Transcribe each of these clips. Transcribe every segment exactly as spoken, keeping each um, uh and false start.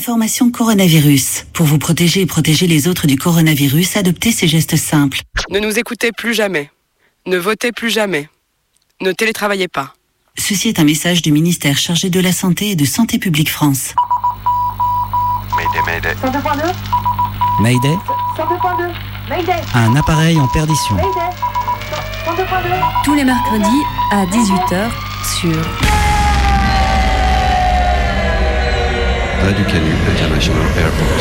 Information coronavirus. Pour vous protéger et protéger les autres du coronavirus, adoptez ces gestes simples. Ne nous écoutez plus jamais. Ne votez plus jamais. Ne télétravaillez pas. Ceci est un message du ministère chargé de la Santé et de Santé publique France. Mayday, Mayday. cent deux point deux. Mayday. cent deux point deux. Mayday. Un appareil en perdition. Mayday. cent deux point deux. Tous les mercredis à dix-huit heures sur Radio Canu International Airport.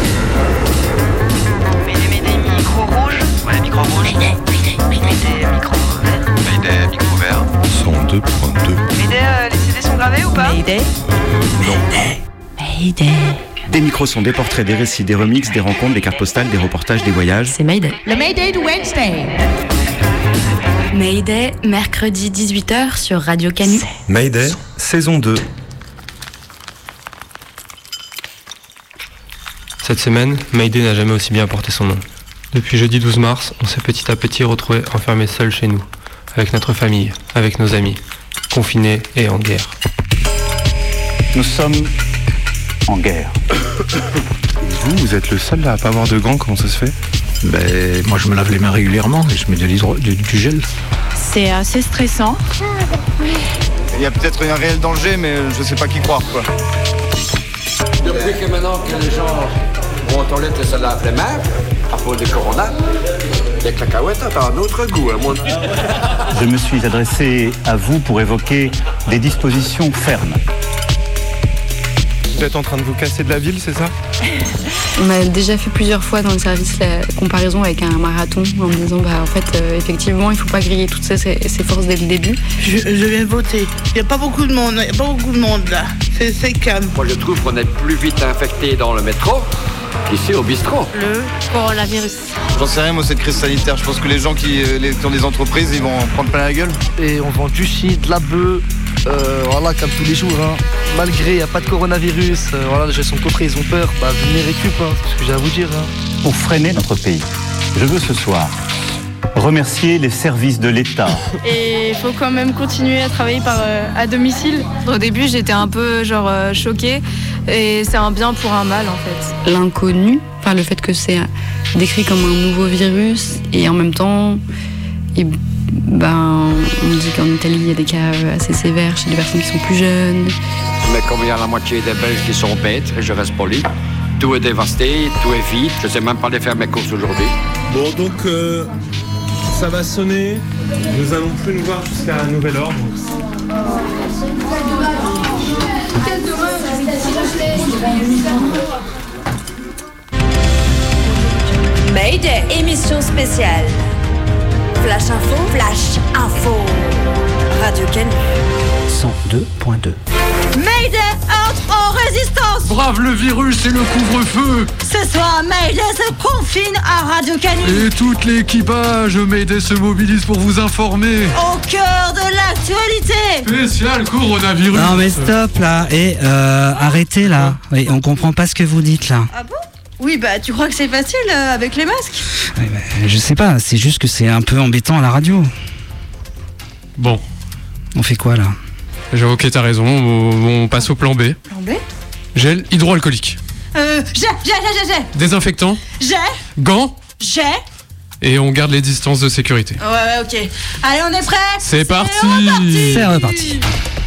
Mayday, Mayday, micro rouge. Ouais, micro rouge. Mayday, Mayday, Mayday, micro vert. Mayday, micro vert. cent deux point deux. Mayday, euh, les C D sont gravés ou pas? Mayday. Mayday. Mayday. Des micros sont des portraits, des récits, des remixes, des rencontres, des cartes postales, des reportages, des voyages. C'est Mayday. Le Mayday de Wednesday. Mayday, mercredi dix-huit heures sur Radio Canu. Mayday, saison deux. Cette semaine, Mayday n'a jamais aussi bien porté son nom. Depuis jeudi douze mars, on s'est petit à petit retrouvés enfermés seuls chez nous, avec notre famille, avec nos amis, confinés et en guerre. Nous sommes en guerre. Vous, vous êtes le seul à pas avoir de gants, comment ça se fait? Ben, moi je me lave les mains régulièrement et je mets de l'hydro- du, du gel. C'est assez stressant. Il y a peut-être un réel danger, mais je sais pas qui croire, quoi. Depuis que maintenant que les gens vont aux toilettes et se lavent les mains, à cause du corona, les cacahuètes ont un autre goût, à mon avis. Je me suis adressé à vous pour évoquer des dispositions fermes. Vous êtes en train de vous casser de la ville, c'est ça? On a déjà fait plusieurs fois dans le service la comparaison avec un marathon en me disant bah en fait euh, effectivement il faut pas griller toutes ces, ces forces dès le début. Je, je viens de voter. Il n'y a pas beaucoup de monde, il n'y a pas beaucoup de monde là. C'est, c'est calme. Moi je trouve qu'on est plus vite infecté dans le métro qu'ici au bistrot. Le coronavirus. J'en sais rien, moi, cette crise sanitaire. Je pense que les gens qui, les, qui ont des entreprises, ils vont en prendre plein la gueule. Et on vend du shit, de la bœuf, euh, voilà, comme tous les jours. Hein. Malgré, il n'y a pas de coronavirus, euh, voilà, les gens sont coffrés, ils ont peur. Bah, venez récup, hein, c'est ce que j'ai à vous dire. Hein. Pour freiner notre pays, je veux ce soir remercier les services de l'État. Et il faut quand même continuer à travailler par, euh, à domicile. Au début, j'étais un peu genre euh, choquée. Et c'est un bien pour un mal en fait. L'inconnu, enfin le fait que c'est décrit comme un nouveau virus et en même temps, et, ben, on dit qu'en Italie il y a des cas assez sévères chez des personnes qui sont plus jeunes. Mais comme il y a la moitié des Belges qui sont bêtes, et je reste poli, tout est dévasté, tout est vide, je sais même pas aller faire mes courses aujourd'hui. Bon, donc euh, ça va sonner. Nous allons plus nous voir jusqu'à un nouvel ordre. Mayday, émission spéciale. Flash Info, Flash Info. Radio Canu. cent deux point deux. Mayday entre en résistance. Brave le virus et le couvre-feu. Ce soir, Mayday se confine à Radio Canu. Et tout l'équipage Mayday se mobilise pour vous informer. Au cœur de l'actualité. Spécial coronavirus. Non mais stop là, et euh, arrêtez là. Oui, on comprend pas ce que vous dites là. Ah bon? Oui, bah tu crois que c'est facile euh, avec les masques? Ouais, bah, je sais pas, c'est juste que c'est un peu embêtant à la radio. Bon. On fait quoi là? Ok, t'as raison, on passe au plan B. Plan B? Gel hydroalcoolique. Euh, j'ai, j'ai, j'ai, j'ai, j'ai. Désinfectant. J'ai. Gants. J'ai. Et on garde les distances de sécurité. Ouais, ouais, ok. Allez, on est prêts? C'est, c'est parti. reparti. C'est reparti.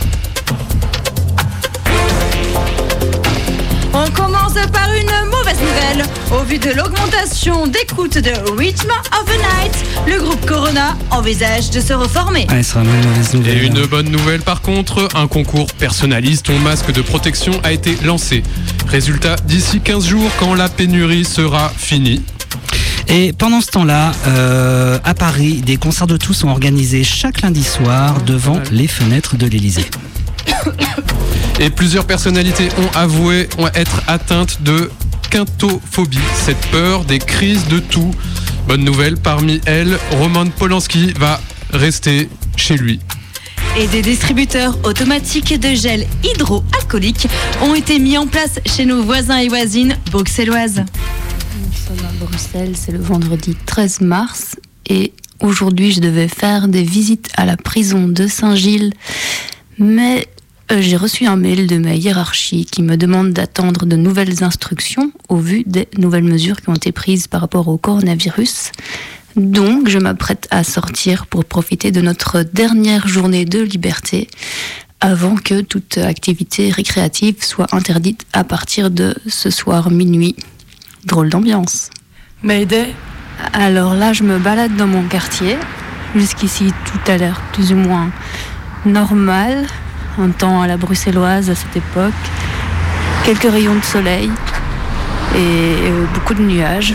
On commence par une mauvaise nouvelle. Au vu de l'augmentation d'écoute de Rhythm of the Night, le groupe Corona envisage de se reformer. Ouais, c'est vraiment une mauvaise nouvelle. Et une bonne nouvelle par contre, un concours personnalise ton masque de protection a été lancé. Résultat, d'ici quinze jours, quand la pénurie sera finie. Et pendant ce temps-là, euh, à Paris, des concerts de tous sont organisés chaque lundi soir devant les fenêtres de l'Élysée. Et plusieurs personnalités ont avoué être atteintes de quintophobie, cette peur des crises de tout. Bonne nouvelle, parmi elles, Roman Polanski va rester chez lui. Et des distributeurs automatiques de gel hydroalcoolique ont été mis en place chez nos voisins et voisines bruxelloises. Nous sommes à Bruxelles, c'est le vendredi treize mars et aujourd'hui je devais faire des visites à la prison de Saint-Gilles, mais Euh, J'ai reçu un mail de ma hiérarchie qui me demande d'attendre de nouvelles instructions au vu des nouvelles mesures qui ont été prises par rapport au coronavirus. Donc, je m'apprête à sortir pour profiter de notre dernière journée de liberté avant que toute activité récréative soit interdite à partir de ce soir minuit. Drôle d'ambiance. Mayday. Alors là, je me balade dans mon quartier. Jusqu'ici, tout a l'air plus ou moins normal. Un temps à la bruxelloise à cette époque. Quelques rayons de soleil et euh, beaucoup de nuages.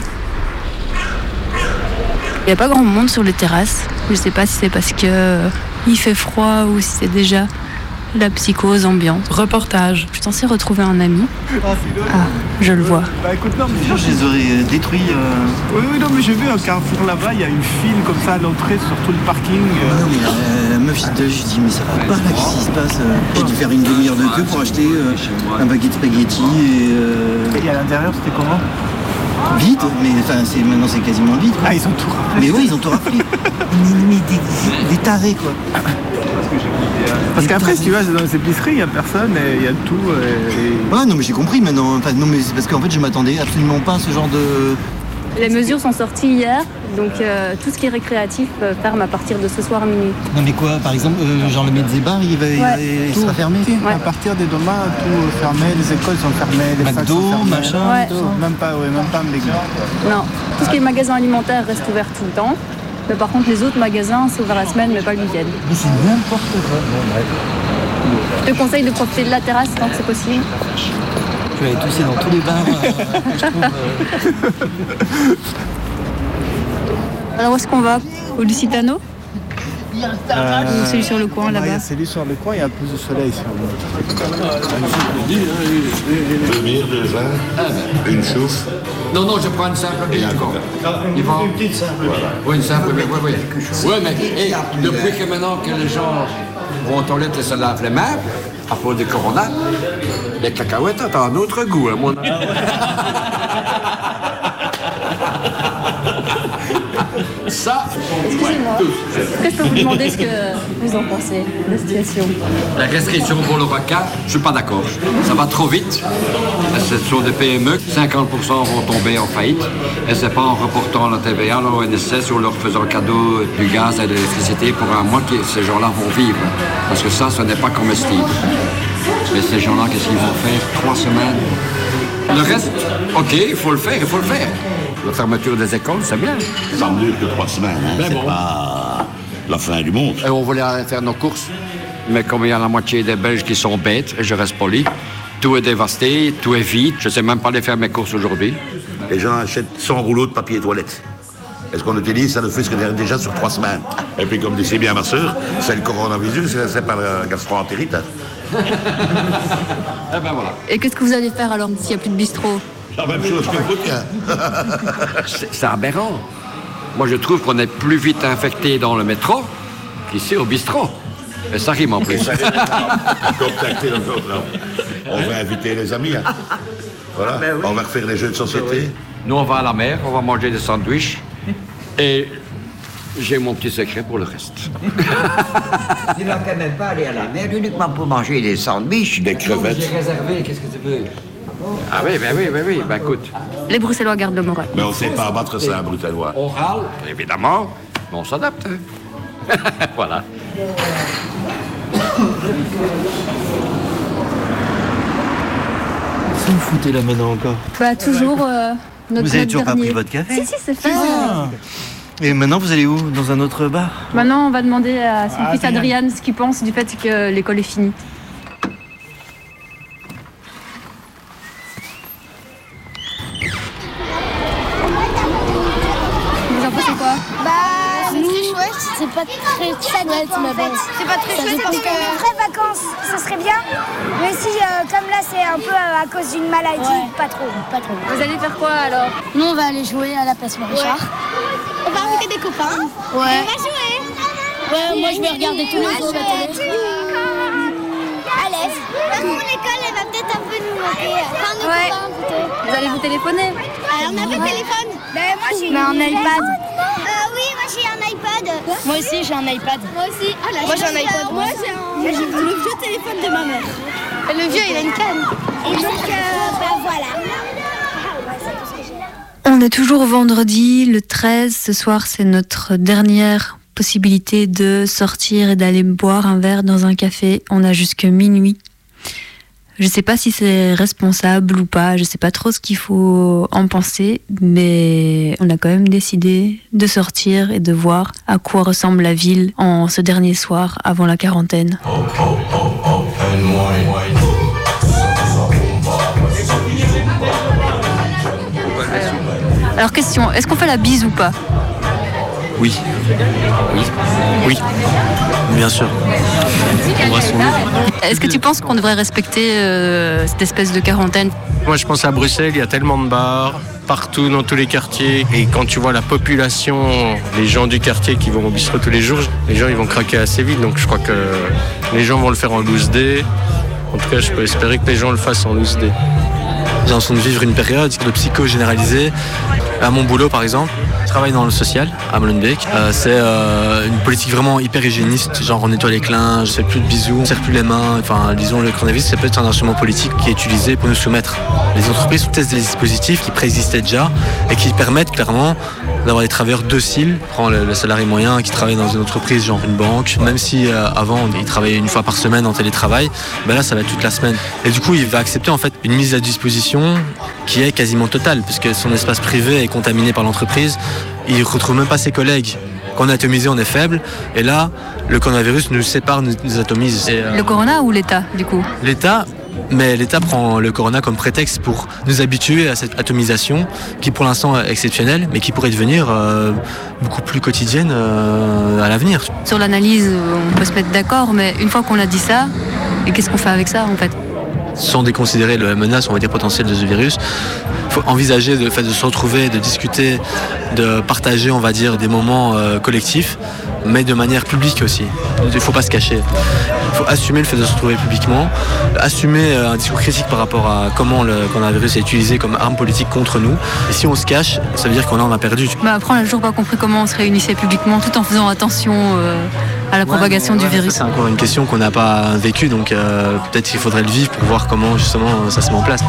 Il n'y a pas grand monde sur les terrasses. Je ne sais pas si c'est parce que euh, il fait froid ou si c'est déjà la psychose ambiante. Reportage. Je suis censée retrouver un ami. Ah, je le vois. Bah écoute, non, mais je les aurais détruits. Euh... Oui, oui, non, mais j'ai vu un carrefour là-bas, il y a une file comme ça à l'entrée sur tout le parking. Euh... Non, mais euh, meuf, je dis, mais ça va pas là, qu'est-ce qui se passe euh, J'ai dû faire une demi-heure de queue pour acheter euh, un baguette de spaghetti et. Euh... Et à l'intérieur, c'était comment? Vide, mais enfin, c'est, maintenant c'est quasiment vide. Quoi. Ah, ils ont tout raflé. Mais oui, ils ont tout raflé. mais, mais des, des tarés, quoi. Parce qu'après, si tu vas dans les épiceries, il n'y a personne et il y a tout. Et... Ouais, non, mais j'ai compris maintenant. Enfin, non, mais c'est parce qu'en fait, je m'attendais absolument pas à ce genre de. Les mesures sont sorties hier, donc euh, tout ce qui est récréatif euh, ferme à partir de ce soir minuit. Non, mais quoi, par exemple, euh, genre le Metzébar, il, va, ouais. il, va, il sera fermé ouais. À partir des demain, tout fermé, les écoles sont fermées, les facs sont fermées. Machin, ouais. tout, même pas, ouais, même pas les gars. Non, tout ce qui est magasin alimentaire reste ouvert tout le temps. Mais par contre, les autres magasins, c'est ouvert la semaine, mais pas le week-end. Mais c'est n'importe quoi. Bon, bref. Je te conseille de profiter de la terrasse tant que c'est possible. Je vais aller tousser dans tous les bars. Euh, je trouve, euh... Alors, où est-ce qu'on va? Au Lusitano euh, Ou celui sur le coin, là-bas? Il y a celui sur le coin, il y a plus de soleil sur le Deux bières, deux vins, une chouffe. Non, non, je prends une simple bière. Il va une petite simple. Voilà. Oui, une simple bière, oui, oui. Oui, mais et, depuis que maintenant que les gens vont aux toilettes et se lavent les mains, à cause du corona, les cacahuètes ont un autre goût, à mon avis. Ça, excusez-moi, est-ce que je peux vous demander ce que vous en pensez de la situation? La restriction pour le requin, je suis pas d'accord. Ça va trop vite. Ce sont des P M E, cinquante pour cent vont tomber en faillite. Et c'est pas en reportant la T V A, la O N S S ou leur faisant cadeau du gaz et de l'électricité pour un mois que ces gens-là vont vivre. Parce que ça, ce n'est pas comestible. Mais ces gens-là, qu'est-ce qu'ils vont faire? Trois semaines. Le reste, ok, il faut le faire, il faut le faire. La fermeture des écoles, c'est bien. Ça ne dure que trois semaines, hein. C'est bon. Pas la fin du monde. Et on voulait aller faire nos courses. Mais comme il y a la moitié des Belges qui sont bêtes, et je reste poli, tout est dévasté, tout est vide. Je ne sais même pas aller faire mes courses aujourd'hui. Les gens achètent cent rouleaux de papier toilette. Est-ce qu'on utilise ça ne fait que déjà sur trois semaines? Et puis comme disait bien ma soeur, c'est le coronavirus, c'est pas la gastro-entérite. Et ben voilà. Et qu'est-ce que vous allez faire alors s'il n'y a plus de bistrot? La même chose que le tien. C'est aberrant. Moi, je trouve qu'on est plus vite infecté dans le métro qu'ici au bistrot. Et ça rime en plus. Contacter notre autre. On va inviter les amis. Hein. Voilà. Ben oui. On va refaire des jeux de société. Ben oui. Nous, on va à la mer, on va manger des sandwichs. Et j'ai mon petit secret pour le reste. Tu vas quand même pas aller à la mer uniquement pour manger des sandwichs. Des crevettes. J'ai réservé, qu'est-ce que tu veux? Ah oui, ben oui, ben oui, ben écoute. Les Bruxellois gardent le moral. Mais on ne sait pas abattre ça, un Bruxellois. On râle, évidemment, mais on s'adapte. Hein. Voilà. Vous foutez là maintenant encore? Bah toujours euh, notre Vous avez toujours dernier. pas pris votre café? Si, si, c'est fait. Ah. Et maintenant, vous allez où? Dans un autre bar? Maintenant, on va demander à son Ah, fils Adrien ce qu'il pense du fait que l'école est finie. Vous en pensez quoi? Bah, c'est très chouette. C'est pas très chouette, mais bon. C'est pas très chouette parce que les vraies vacances, ça serait bien. Mais si, euh, comme là, c'est un peu euh, à cause d'une maladie, ouais. pas trop, pas trop. Vous allez faire quoi alors? Nous, on va aller jouer à la place Maréchal. Ouais. On va inviter des copains. Ouais. On va jouer. Ouais, moi, je vais regarder tous les jours la télé. À l'aise. Par contre, l'école, elle va peut-être un peu nous manquer. Enfin, nos Ouais. copains, peut-être. Vous allez vous téléphoner? Alors, on a pas de téléphone. Ben, moi, j'ai une... Mais un iPad. Euh, oui, moi j'ai un iPad. Moi aussi j'ai un iPad. Moi aussi. Ah, la Moi, j'ai un chance, iPad. euh, Moi j'ai un... J'ai le vieux téléphone de ma mère. Le vieux, il a une canne. Et donc, euh, bah voilà. On est toujours vendredi, le treize. Ce soir, c'est notre dernière possibilité de sortir et d'aller boire un verre dans un café. On a jusque minuit. Je sais pas si c'est responsable ou pas, je sais pas trop ce qu'il faut en penser, mais on a quand même décidé de sortir et de voir à quoi ressemble la ville en ce dernier soir avant la quarantaine. Alors question, est-ce qu'on fait la bise ou pas ? Oui. Oui. Oui. Bien sûr. Est-ce que tu penses qu'on devrait respecter euh, cette espèce de quarantaine ? Moi, je pense à Bruxelles, il y a tellement de bars, partout dans tous les quartiers. Et quand tu vois la population, les gens du quartier qui vont au bistrot tous les jours, les gens ils vont craquer assez vite. Donc je crois que les gens vont le faire en loose day. En tout cas, je peux espérer que les gens le fassent en loose day. J'ai l'impression de vivre une période de psycho généralisée. À mon boulot, par exemple, je travaille dans le social à Molenbeek. Euh, c'est euh, une politique vraiment hyper hygiéniste, genre on nettoie les clins, je fais plus de bisous, on serre plus les mains. Enfin, disons, le coronavirus, c'est peut-être un instrument politique qui est utilisé pour nous soumettre. Les entreprises testent des dispositifs qui préexistaient déjà et qui permettent clairement d'avoir des travailleurs dociles. Prends le, le salarié moyen qui travaille dans une entreprise, genre une banque, même si euh, avant il travaillait une fois par semaine en télétravail, ben là ça va être toute la semaine. Et du coup, il va accepter en fait une mise à disposition qui est quasiment totale, puisque son espace privé est contaminé par l'entreprise. Il ne retrouve même pas ses collègues. Quand on est atomisé, on est faible. Et là, le coronavirus nous sépare, nous, nous atomise. Et, euh, le corona ou l'État, du coup ? L'État, mais l'État prend le corona comme prétexte pour nous habituer à cette atomisation qui pour l'instant est exceptionnelle, mais qui pourrait devenir euh, beaucoup plus quotidienne euh, à l'avenir. Sur l'analyse, on peut se mettre d'accord, mais une fois qu'on a dit ça, et qu'est-ce qu'on fait avec ça en fait ? Sans déconsidérer la menace, on va dire, potentielle de ce virus, il faut envisager le fait de se retrouver, de discuter, de partager, on va dire, des moments euh, collectifs, mais de manière publique aussi. Il ne faut pas se cacher. Il faut assumer le fait de se retrouver publiquement, assumer un discours critique par rapport à comment le coronavirus est utilisé comme arme politique contre nous. Et si on se cache, ça veut dire qu'on en a perdu. Bah après, on n'a toujours pas compris comment on se réunissait publiquement tout en faisant attention euh, à la propagation ouais, du ouais, virus. Ça, c'est encore une question qu'on n'a pas vécue, donc euh, peut-être qu'il faudrait le vivre pour voir comment justement ça se met en place.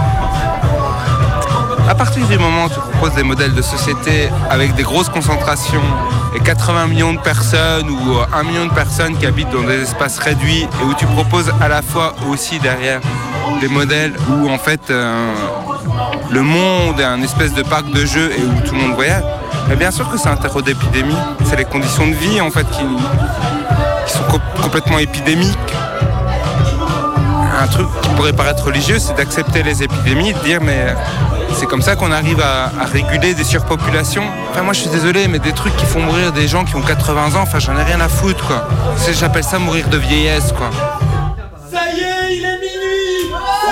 À partir du moment où tu proposes des modèles de société avec des grosses concentrations et quatre-vingts millions de personnes ou un million de personnes qui habitent dans des espaces réduits et où tu proposes à la fois aussi derrière des modèles où en fait euh, le monde est un espèce de parc de jeux et où tout le monde voyage, mais bien sûr que c'est un terreau d'épidémie. C'est les conditions de vie en fait qui, qui sont co- complètement épidémiques. Un truc qui pourrait paraître religieux, c'est d'accepter les épidémies, de dire mais c'est comme ça qu'on arrive à, à réguler des surpopulations. Enfin moi je suis désolé, mais des trucs qui font mourir des gens qui ont quatre-vingts ans, enfin j'en ai rien à foutre quoi. C'est, j'appelle ça mourir de vieillesse quoi. Ça y est, il est minuit.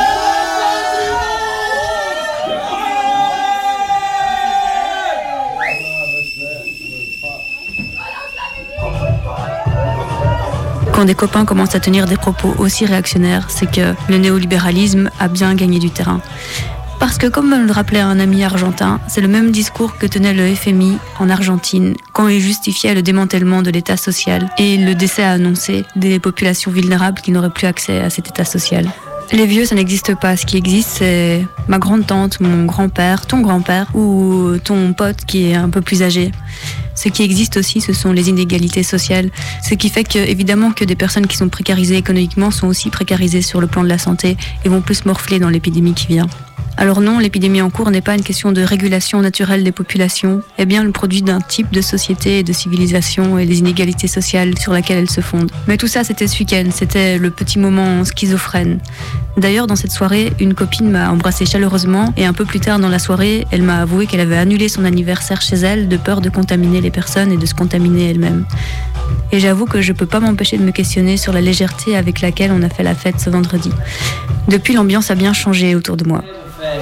Quand des copains commencent à tenir des propos aussi réactionnaires, c'est que le néolibéralisme a bien gagné du terrain. Parce que, comme me le rappelait un ami argentin, c'est le même discours que tenait le F M I en Argentine quand il justifiait le démantèlement de l'État social et le décès annoncé des populations vulnérables qui n'auraient plus accès à cet État social. Les vieux, ça n'existe pas. Ce qui existe, c'est ma grande-tante, mon grand-père, ton grand-père ou ton pote qui est un peu plus âgé. Ce qui existe aussi, ce sont les inégalités sociales. Ce qui fait que, évidemment, que des personnes qui sont précarisées économiquement sont aussi précarisées sur le plan de la santé et vont plus morfler dans l'épidémie qui vient. Alors non, l'épidémie en cours n'est pas une question de régulation naturelle des populations, est bien le produit d'un type de société et de civilisation et des inégalités sociales sur lesquelles elle se fonde. Mais tout ça, c'était ce week-end, c'était le petit moment schizophrène. D'ailleurs, dans cette soirée, une copine m'a embrassée chaleureusement et un peu plus tard dans la soirée, elle m'a avoué qu'elle avait annulé son anniversaire chez elle de peur de contaminer les personnes et de se contaminer elle-même. Et j'avoue que je peux pas m'empêcher de me questionner sur la légèreté avec laquelle on a fait la fête ce vendredi. Depuis, l'ambiance a bien changé autour de moi.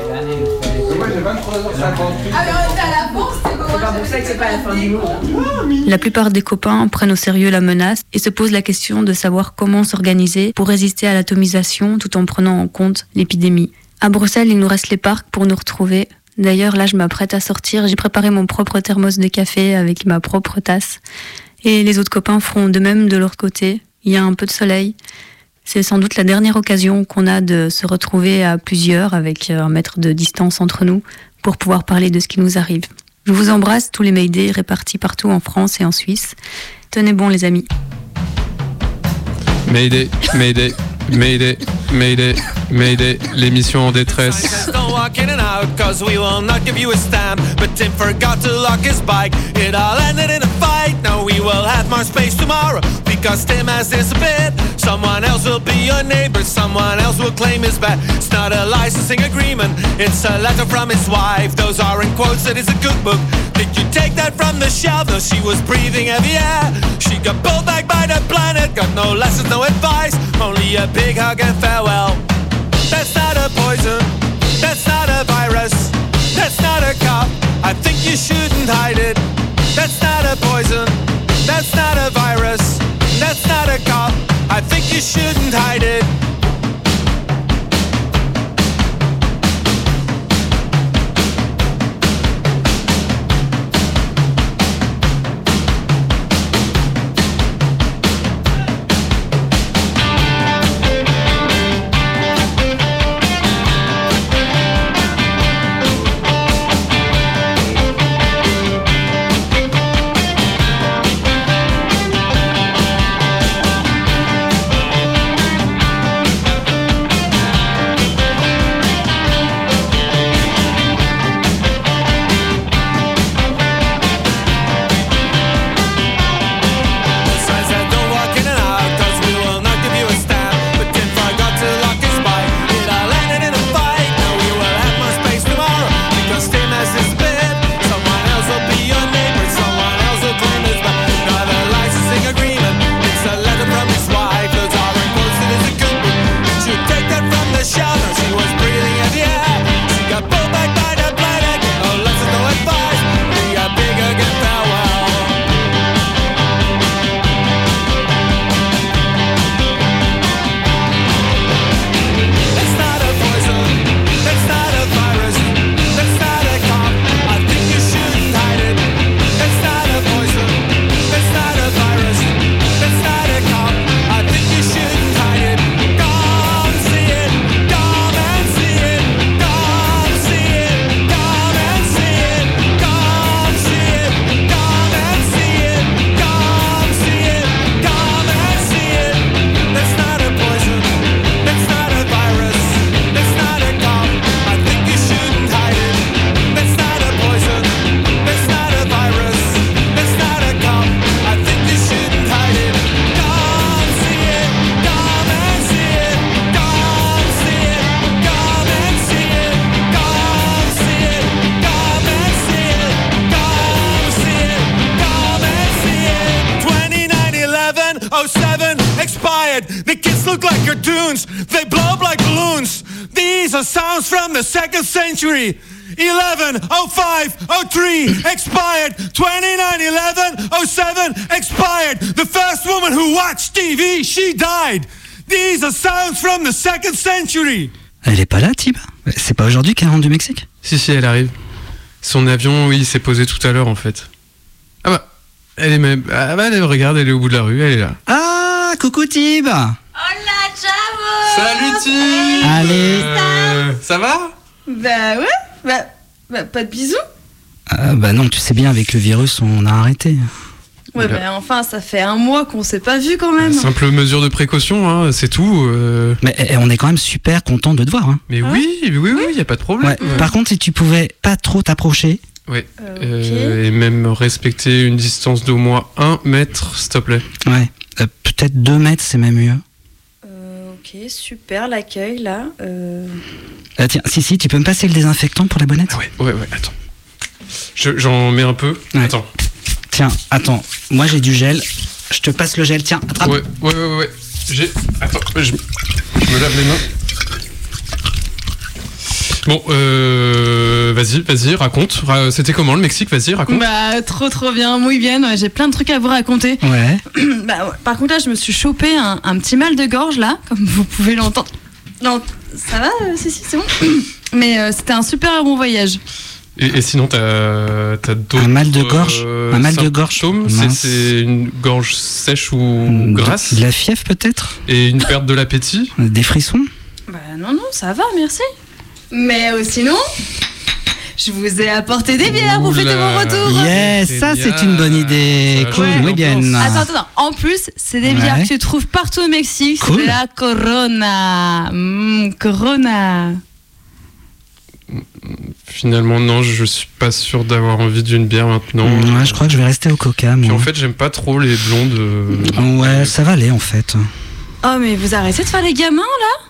La plupart des copains prennent au sérieux la menace et se posent la question de savoir comment s'organiser pour résister à l'atomisation tout en prenant en compte l'épidémie. À Bruxelles, il nous reste les parcs pour nous retrouver, D'ailleurs, là, je m'apprête à sortir. J'ai préparé mon propre thermos de café avec ma propre tasse. Et les autres copains feront de même de leur côté. Il y a un peu de soleil. C'est sans doute la dernière occasion qu'on a de se retrouver à plusieurs avec un mètre de distance entre nous pour pouvoir parler de ce qui nous arrive. Je vous embrasse, tous les Mayday répartis partout en France et en Suisse. Tenez bon, les amis. Mayday, Mayday, Mayday, Mayday, Mayday, l'émission en détresse. Don't walk in and out, cause we will not give you a stamp. But Tim forgot to lock his bike. It all ended in a fight. Now we will have more space tomorrow, because Tim has disappeared. Someone else will be your neighbor, someone else will claim his bed. It's not a licensing agreement, it's a letter from his wife. Those are in quotes, that is a cookbook. Did you take that from the shelf? No, she was breathing heavy air. She got pulled back by the planet, got no lessons, no advice, only a big hug and farewell. That's not a poison, that's not a virus, that's not a cop, I think you shouldn't hide it. That's not a poison, that's not a virus, that's not a cop, I think you shouldn't hide it. The kids look like cartoons, they blow up like balloons. These are sounds from the second century. eleven oh five oh three expired. twenty-nine eleven oh seven expired. The first woman who watched T V, she died. These are sounds from the second century. Elle est pas là, Tib? C'est pas aujourd'hui qu'elle rentre du Mexique? Si, si, elle arrive. Son avion, oui, il s'est posé tout à l'heure, en fait. Ah bah, elle est même... Ah bah, elle, regarde, elle est au bout de la rue, elle est là. Ah, coucou Tib. Hola, ciao. Salut Tib. Allez. Euh, ça va? Bah ouais, bah, bah pas de bisous. Ah bah non, tu sais bien, avec le virus, on a arrêté. Ouais, bah enfin, ça fait un mois qu'on s'est pas vu quand même. Simple mesure de précaution, hein, c'est tout. Euh... Mais eh, on est quand même super content de te voir. Hein. Mais ah oui, oui, oui, oui, y a pas de problème. Ouais. Ouais. Par contre, si tu pouvais pas trop t'approcher. Ouais. Euh, okay. euh, et même respecter une distance d'au moins un mètre, s'il te plaît. Ouais. Euh, peut-être deux mètres, c'est même mieux. Euh, ok, super, l'accueil là. Euh... Euh, tiens, si, si, tu peux me passer le désinfectant pour la bonnette? Ah ouais, ouais, ouais, attends. Je, j'en mets un peu. Ouais. Attends. Tiens, attends, moi j'ai du gel. Je te passe le gel, tiens, attrape. Ouais, ouais, ouais, ouais. J'ai. Attends, je, je me lave les mains. Bon, euh. Vas-y, vas-y, raconte. C'était comment le Mexique? Vas-y, raconte. Bah, trop, trop bien, muy bien. Ouais, j'ai plein de trucs à vous raconter. Ouais. Bah, ouais. Par contre, là, je me suis chopé un, un petit mal de gorge, là, comme vous pouvez l'entendre. Non, ça va, euh, si, si, c'est bon. Mais euh, c'était un super bon voyage. Et, et sinon, t'as, t'as d'autres... Un mal de gorge euh, Un mal de gorge c'est, c'est une gorge sèche ou grasse. De la fièvre peut-être. Et une perte de l'appétit. Des frissons. Bah non, non, ça va, merci. Mais euh, sinon, je vous ai apporté des bières pour fêter mon retour. Yes, ça c'est une bonne idée. Cool, muy bien. Attends, attends, en plus, c'est des bières Ouais. que tu trouves partout au Mexique. Cool. C'est la Corona. Mmh, Corona. Finalement, non, je suis pas sûr d'avoir envie d'une bière maintenant. Ouais, je crois que je vais rester au coca. Puis Moi. en fait, j'aime pas trop les blondes. euh, Ouais, ça va aller en fait. Oh, mais vous arrêtez de faire les gamins là?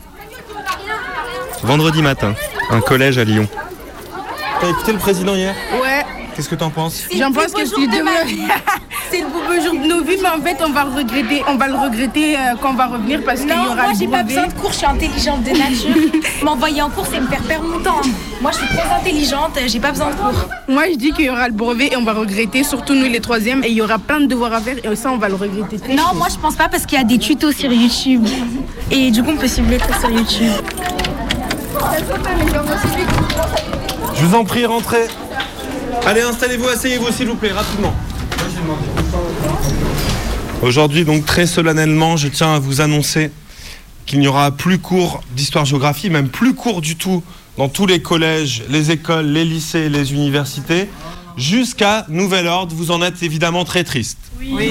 Vendredi matin, un collège à Lyon. T'as écouté le président hier? Ouais. Qu'est-ce que t'en penses? J'en pense que c'est demain. C'est le plus beau jour de nos vies, mais en fait, on va le regretter, on va le regretter euh, quand on va revenir parce qu'il y Non, aura moi le j'ai pas brevet. besoin de cours, je suis intelligente de nature. M'envoyer en cours, c'est me faire perdre mon temps. Moi je suis très intelligente, j'ai pas besoin de cours. Moi, je dis qu'il y aura le brevet et on va regretter, surtout nous les troisièmes, et il y aura plein de devoirs à faire et ça, on va le regretter. très Non, chaud. moi je pense pas parce qu'il y a des tutos sur YouTube. Et du coup, on peut suivre les trucs sur YouTube. Je vous en prie, rentrez. Allez, installez-vous, asseyez-vous s'il vous plaît, rapidement. Aujourd'hui, donc très solennellement, je tiens à vous annoncer qu'il n'y aura plus cours d'histoire-géographie, même plus cours du tout dans tous les collèges, les écoles, les lycées, les universités, jusqu'à nouvel ordre. Vous en êtes évidemment très triste. Oui.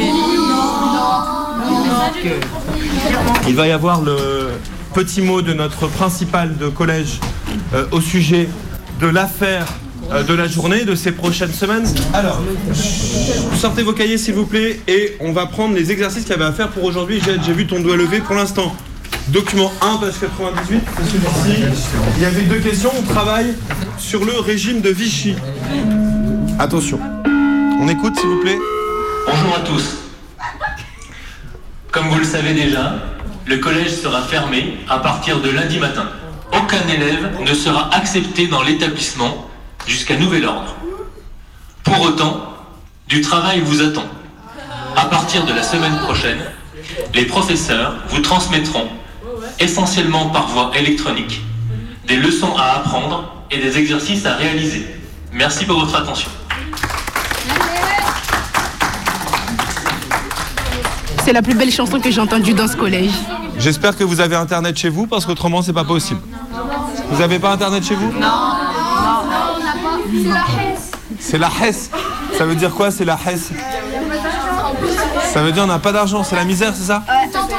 Il va y avoir le petit mot de notre principal de collège euh, au sujet de l'affaire euh, de la journée, de ces prochaines semaines. Alors, sortez vos cahiers s'il vous plaît et on va prendre les exercices qu'il y avait à faire pour aujourd'hui. J'ai, j'ai vu ton doigt levé pour l'instant. Document un, page quatre-vingt-dix-huit, c'est celui-ci. Il y avait deux questions, on travaille sur le régime de Vichy. Attention, on écoute s'il vous plaît. Bonjour à tous. Comme vous le savez déjà, le collège sera fermé à partir de lundi matin. Aucun élève ne sera accepté dans l'établissement jusqu'à nouvel ordre. Pour autant, du travail vous attend. À partir de la semaine prochaine, les professeurs vous transmettront, essentiellement par voie électronique, des leçons à apprendre et des exercices à réaliser. Merci pour votre attention. C'est la plus belle chanson que j'ai entendue dans ce collège. J'espère que vous avez internet chez vous parce qu'autrement c'est pas possible. Vous avez pas internet chez vous? Non. C'est la Hesse. Ça veut dire quoi, c'est la Hesse? Ça veut dire on n'a pas d'argent, c'est la misère, c'est ça?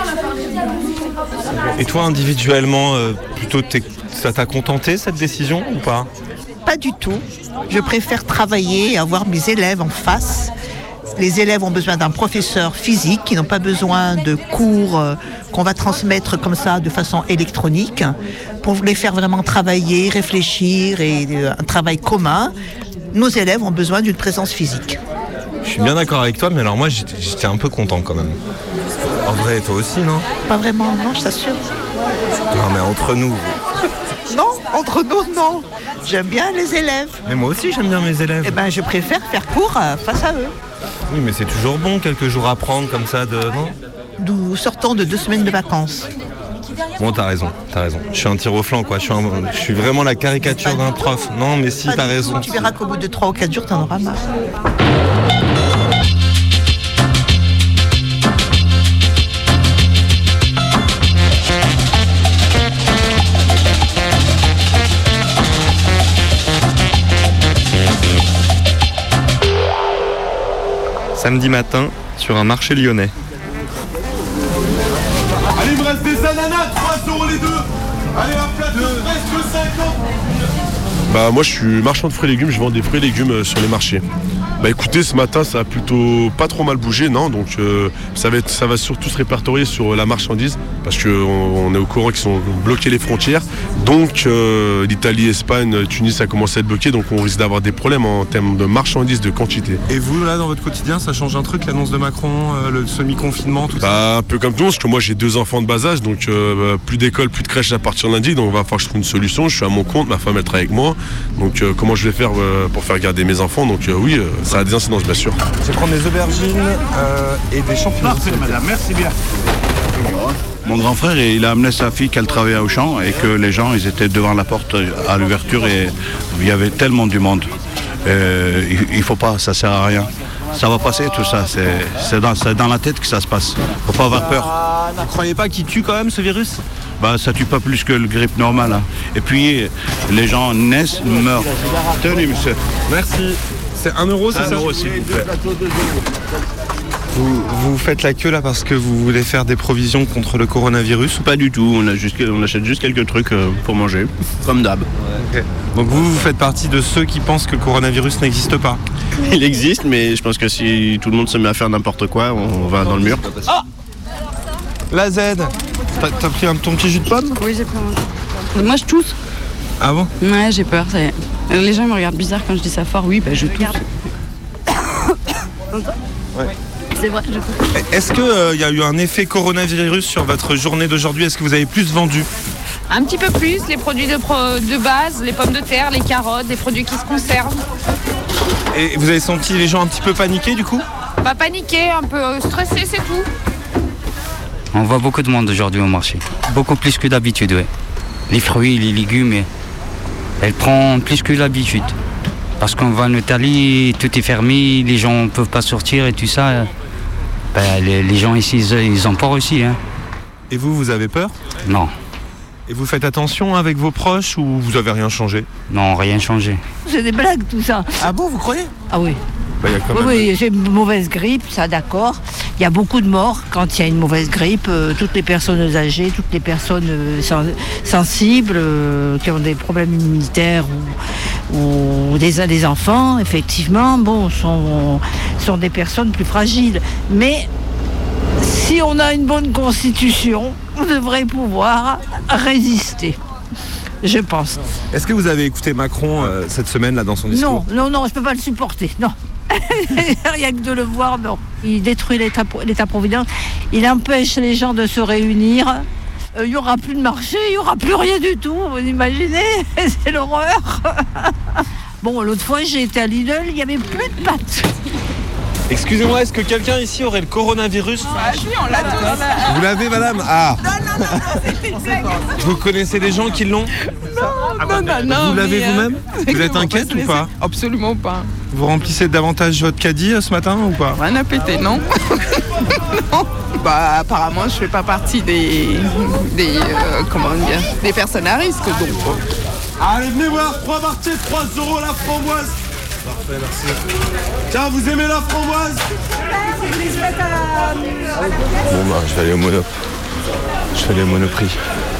Et toi individuellement, euh, plutôt t'es- ça t'a contenté cette décision ou pas? Pas du tout. Je préfère travailler et avoir mes élèves en face. Les élèves ont besoin d'un professeur physique, qui n'ont pas besoin de cours euh, qu'on va transmettre comme ça de façon électronique, pour les faire vraiment travailler, réfléchir et euh, un travail commun. Nos élèves ont besoin d'une présence physique. Je suis bien d'accord avec toi, mais alors moi j'étais, j'étais un peu content quand même. En vrai, toi aussi, non? Pas vraiment, non, je t'assure. Non mais entre nous. Non, entre nous, non. J'aime bien les élèves. Mais moi aussi j'aime bien mes élèves. Eh ben, je préfère faire cours euh, face à eux. Oui, mais c'est toujours bon quelques jours à prendre comme ça de... Non? Nous sortons de deux semaines de vacances. Bon, t'as raison, t'as raison. Je suis un tir au flanc, quoi. Je suis, un- je suis vraiment la caricature d'un prof. Non, mais si, Pas t'as du raison. tout. Tu verras qu'au bout de trois ou quatre jours, t'en auras marre. Samedi matin, sur un marché lyonnais. Allez, il me reste des ananas, trois euros les deux. Allez, un plat de reste que cinquante. Bah moi je suis marchand de fruits et légumes, je vends des fruits et légumes euh, sur les marchés. Bah écoutez, ce matin ça a plutôt pas trop mal bougé, non, donc euh, ça, va être, ça va surtout se répertorier sur la marchandise parce qu'on on est au courant qu'ils ont bloqué les frontières. Donc euh, l'Italie, Espagne, Tunis ça commence à être bloqué, donc on risque d'avoir des problèmes en termes de marchandises, de quantité. Et vous, là, dans votre quotidien, ça change un truc, l'annonce de Macron, euh, le semi-confinement, tout ça? Bah, un peu comme tout le monde, parce que moi j'ai deux enfants de bas âge, donc euh, bah, plus d'école, plus de crèche à partir de lundi, donc il va falloir que je trouve une solution. Je suis à mon compte, ma femme elle travaille avec moi, donc euh, comment je vais faire euh, pour faire garder mes enfants? Donc euh, oui, euh, ça a des incidences bien sûr. Je vais prendre des aubergines euh, et des champignons. Parfait, madame, merci bien. Mon grand frère, il a amené sa fille qu'elle travaillait au champ et que les gens, ils étaient devant la porte à l'ouverture et il y avait tellement du monde. Euh, il, il faut pas, ça sert à rien. Ça va passer tout ça, c'est, c'est, dans, c'est dans la tête que ça se passe. Faut pas avoir peur. Vous ne croyez pas qu'il tue quand même ce virus ? Bah, ça tue pas plus que le grippe normal. Hein. Et puis, les gens naissent, meurent. Tenez, monsieur. Merci. C'est un euro, c'est ça ? Un euro, s'il vous plaît. Vous, vous faites la queue là parce que vous voulez faire des provisions contre le coronavirus ? Pas du tout, on, a juste, on achète juste quelques trucs euh, pour manger, comme d'hab. Okay. Donc vous, vous faites partie de ceux qui pensent que le coronavirus n'existe pas ? Il existe, mais je pense que si tout le monde se met à faire n'importe quoi, on va dans le mur. Ah ! La Z, t'as, t'as pris un, ton petit jus de pomme ? Oui, j'ai pris un. Moi, je tousse. Ah bon ? Ouais, j'ai peur. Ça y est. Les gens me regardent bizarre quand je dis ça fort. Oui, bah je tousse. Ouais. C'est vrai, je tousse. Est-ce qu'il euh, y a eu un effet coronavirus sur votre journée d'aujourd'hui ? Est-ce que vous avez plus vendu ? Un petit peu plus, les produits de, pro- de base, les pommes de terre, les carottes, des produits qui se conservent. Et vous avez senti les gens un petit peu paniqués du coup ? Pas paniquer, un peu stressé, c'est tout. On voit beaucoup de monde aujourd'hui au marché. Beaucoup plus que d'habitude, oui. Les fruits, les légumes, elle prend plus que d'habitude. Parce qu'on va en Italie, tout est fermé, les gens ne peuvent pas sortir et tout ça. Ben, les, les gens ici, ils, ils ont peur aussi. Hein. Et vous, vous avez peur ? Non. Et vous faites attention avec vos proches ou vous avez rien changé ? Non, rien changé. C'est des blagues tout ça. Ah bon, vous croyez ? Ah oui. Bah, y a quand oui, même... oui, j'ai une mauvaise grippe, ça d'accord. Il y a beaucoup de morts quand il y a une mauvaise grippe. Euh, toutes les personnes âgées, toutes les personnes euh, sen- sensibles, euh, qui ont des problèmes immunitaires ou, ou des, des enfants, effectivement, bon, sont, sont des personnes plus fragiles. Mais si on a une bonne constitution, on devrait pouvoir résister. Je pense. Est-ce que vous avez écouté Macron euh, cette semaine là dans son discours ? Non, non, non, je ne peux pas le supporter, non. Rien que de le voir, non. Il détruit l'état, l'état-providence, il empêche les gens de se réunir. Il euh, n'y aura plus de marché, il n'y aura plus rien du tout, vous imaginez ? C'est l'horreur. Bon, l'autre fois, j'ai été à Lidl, il n'y avait plus de pâtes. Excusez-moi, est-ce que quelqu'un ici aurait le coronavirus ? Ah oui, on l'a tous. Vous l'avez, madame ? Ah. Non, non, non, non, c'était une blague. Vous connaissez des gens qui l'ont ? Non, non, non. Vous l'avez mais, vous-même ? euh, Vous êtes inquiète ou pas ? Absolument pas. Vous remplissez davantage votre caddie euh, ce matin ou pas ? Rien à péter, non. Non. Bah apparemment je fais pas partie des des euh, comment dire des personnes à risque donc. Allez, venez voir, trois marchés, trois euros la framboise. Parfait, merci. Tiens, vous aimez la framboise ? Bon bah je vais aller au Monop. Je vais aller au Monoprix.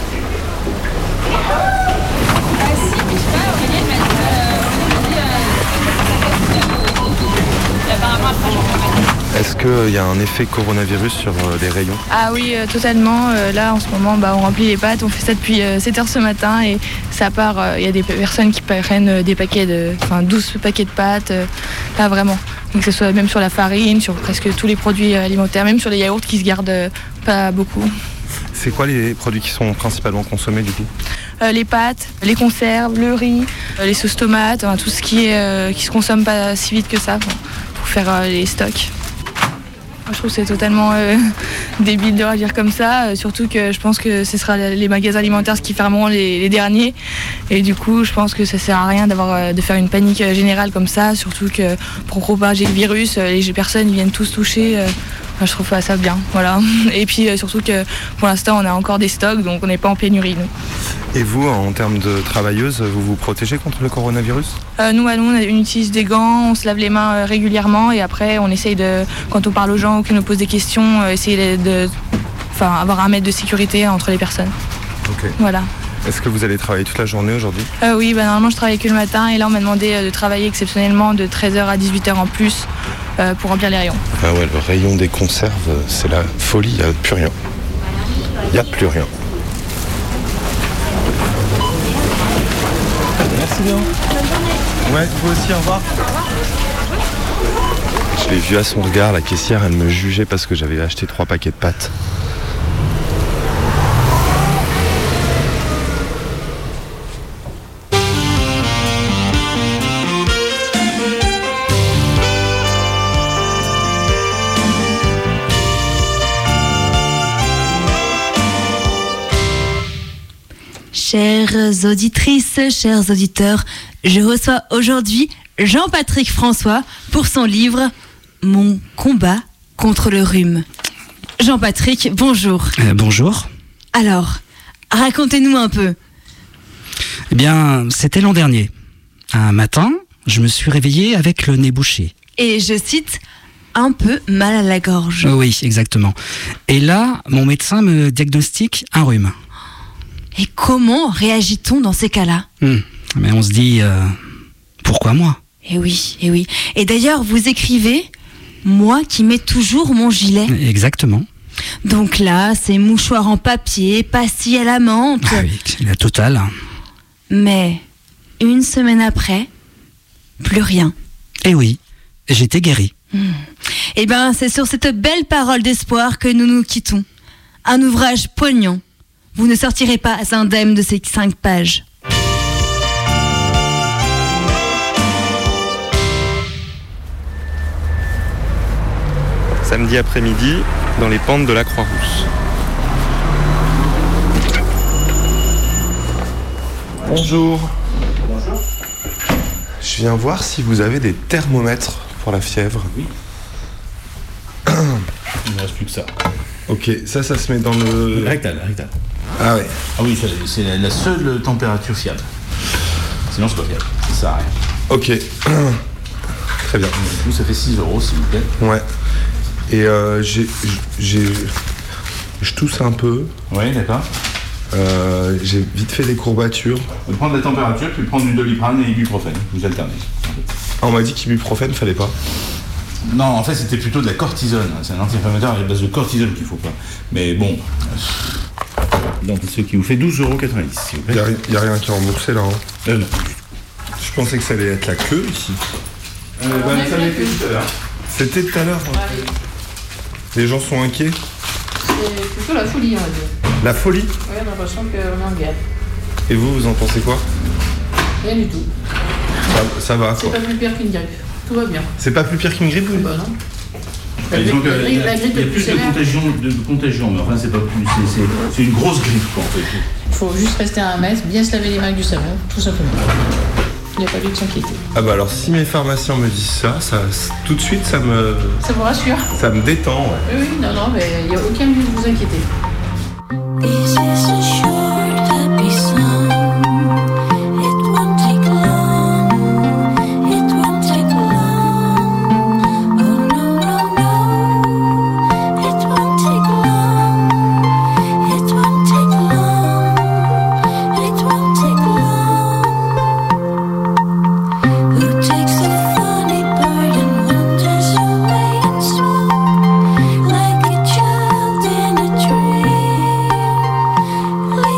Est-ce qu'il y a un effet coronavirus sur euh, les rayons ? Ah oui, euh, totalement. Euh, là, en ce moment, bah, on remplit les pâtes. On fait ça depuis euh, sept heures ce matin et ça part. Il euh, y a des personnes qui prennent euh, des paquets de, enfin, douze paquets de pâtes. Euh, là, vraiment. Donc, que ce soit même sur la farine, sur presque tous les produits alimentaires, même sur les yaourts qui se gardent euh, pas beaucoup. C'est quoi les produits qui sont principalement consommés du coup ? Euh, les pâtes, les conserves, le riz, euh, les sauces tomates, enfin, tout ce qui, est, euh, qui se consomme pas si vite que ça, pour, pour faire euh, les stocks. Moi, je trouve que c'est totalement euh, débile de réagir comme ça, euh, surtout que je pense que ce sera les magasins alimentaires qui fermeront les, les derniers. Et du coup, je pense que ça sert à rien d'avoir, euh, de faire une panique générale comme ça, surtout que pour propager le virus, euh, les personnes ils viennent tous toucher. Euh, moi, je trouve pas ça bien, voilà. Et puis euh, surtout que pour l'instant, on a encore des stocks, donc on n'est pas en pénurie, nous. Et vous, en termes de travailleuses, vous vous protégez contre le coronavirus ? euh, Nous, à nous, on utilise des gants, on se lave les mains euh, régulièrement et après, on essaye de, quand on parle aux gens ou qu'ils nous posent des questions, euh, essayer de, enfin, avoir un mètre de sécurité entre les personnes. Ok. Voilà. Est-ce que vous allez travailler toute la journée aujourd'hui ? euh, Oui, bah, normalement, je travaille que le matin et là, on m'a demandé euh, de travailler exceptionnellement de treize heures à dix-huit heures en plus euh, pour remplir les rayons. Ah ouais, le rayon des conserves, c'est la folie, il n'y a plus rien. Il n'y a plus rien. Merci bien. Ouais, vous aussi, au revoir. Je l'ai vu à son regard, la caissière, elle me jugeait parce que j'avais acheté trois paquets de pâtes. Chères auditrices, chers auditeurs, je reçois aujourd'hui Jean-Patrick François pour son livre « Mon combat contre le rhume ». Jean-Patrick, bonjour. Euh, bonjour. Alors, racontez-nous un peu. Eh bien, c'était l'an dernier. Un matin, je me suis réveillé avec le nez bouché. Et je cite, un peu mal à la gorge. Oui, exactement. Et là, mon médecin me diagnostique un rhume. Et comment réagit-on dans ces cas-là ? Hum, Mais on se dit, euh, pourquoi moi ? Eh oui, eh oui. Et d'ailleurs, vous écrivez, moi qui mets toujours mon gilet. Exactement. Donc là, c'est mouchoir en papier, pastilles à la menthe. Ah oui, la totale. Mais une semaine après, plus rien. Eh oui, j'étais guéri. Mmh. Eh bien, c'est sur cette belle parole d'espoir que nous nous quittons. Un ouvrage poignant. Vous ne sortirez pas indemne de ces cinq pages. Samedi après-midi, dans les pentes de la Croix-Rousse. Bonjour. Bonjour. Je viens voir si vous avez des thermomètres pour la fièvre. Oui. Il ne reste plus que ça. Ok, ça, ça se met dans le... Rectal, rectal. Ah ouais. Ah oui, ça, c'est la, la seule température fiable. Sinon, c'est pas fiable. Ça sert à rien. Ok. Très bien. Du coup, ça fait six euros, s'il vous plaît. Ouais. Et euh, j'ai... j'ai... Je tousse un peu. Oui, d'accord. Euh, j'ai vite fait des courbatures. Vous prendre la température, puis prendre du Doliprane et ibuprofène. Vous alternez. Ah, on m'a dit qu'ibuprofène, fallait pas. Non, en fait, c'était plutôt de la cortisone. C'est un anti-inflammatoire à la base de cortisone qu'il faut pas. Mais bon. Donc, ce qui vous fait douze euros quatre-vingt-dix, s'il vous plaît. Il n'y a, a rien qui est remboursé là. Hein. Euh, non. Je pensais que ça allait être la queue ici. Euh, bah, ça l'était tout à l'heure. C'était tout à l'heure. Hein. Les gens sont inquiets. C'est plutôt la folie, on va dire. La folie ? Oui, on a l'impression qu'on est en guerre. Et vous, vous en pensez quoi ? Rien du tout. Ça, ça va, C'est quoi. pas plus pire qu'une grippe. Tout va bien. C'est pas plus pire qu'une grippe, vous ? Bah non. La Disons grippe, que la grippe, la grippe il y a est plus plus de sévère. contagion, de, de contagion, mais enfin, c'est pas plus. C'est, c'est, c'est une grosse grippe, quoi, en fait. Il faut juste rester à un mètre, bien se laver les mains avec du savon, tout simplement. Il n'y a pas lieu de s'inquiéter. Ah bah alors, si mes pharmaciens me disent ça, ça tout de suite, ça me... Ça vous rassure ? Ça me détend, ouais. Oui, oui, non, non, mais il n'y a aucun lieu de vous inquiéter. This is a short, happy song. It won't take long. It won't take long. Oh no, no, no. It won't take long. It won't take long. It won't take long. Who takes a funny bird and wanders away in song, like a child in a tree?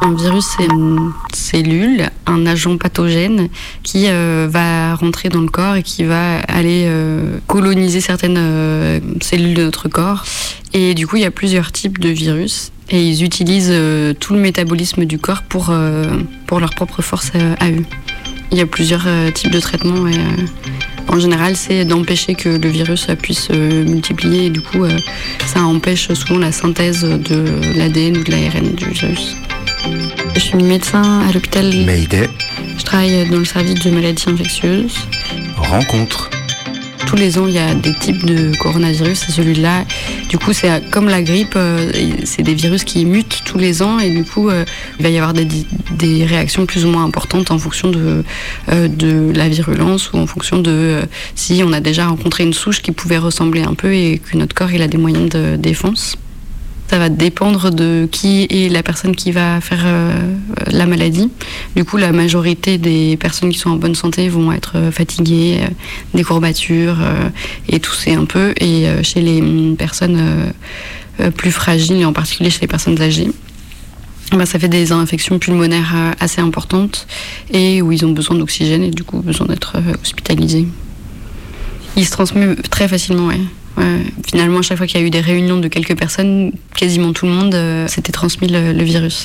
Un virus, c'est une cellule, un agent pathogène qui euh, va rentrer dans le corps et qui va aller euh, coloniser certaines euh, cellules de notre corps. Et du coup, il y a plusieurs types de virus. Et ils utilisent euh, tout le métabolisme du corps pour, euh, pour leur propre force euh, à eux. Il y a plusieurs euh, types de traitements. Et, euh, en général, c'est d'empêcher que le virus puisse se euh, multiplier. Et du coup, euh, ça empêche souvent la synthèse de l'A D N ou de l'A R N du virus. Je suis médecin à l'hôpital. Mayday. Je travaille dans le service de maladies infectieuses. Rencontre. Tous les ans, il y a des types de coronavirus. Et celui-là, du coup, c'est comme la grippe, euh, c'est des virus qui mutent tous les ans. Et du coup, euh, il va y avoir des, des réactions plus ou moins importantes en fonction de, euh, de la virulence ou en fonction de euh, si on a déjà rencontré une souche qui pouvait ressembler un peu et que notre corps il a des moyens de défense. Ça va dépendre de qui est la personne qui va faire euh, la maladie. Du coup, la majorité des personnes qui sont en bonne santé vont être fatiguées, euh, des courbatures euh, et tousser un peu. Et euh, chez les personnes euh, plus fragiles, et en particulier chez les personnes âgées, ben, ça fait des infections pulmonaires euh, assez importantes et où ils ont besoin d'oxygène et du coup besoin d'être euh, hospitalisés. Il se transmet très facilement, ouais. Ouais, finalement, à chaque fois qu'il y a eu des réunions de quelques personnes, quasiment tout le monde euh, s'était transmis le, le virus.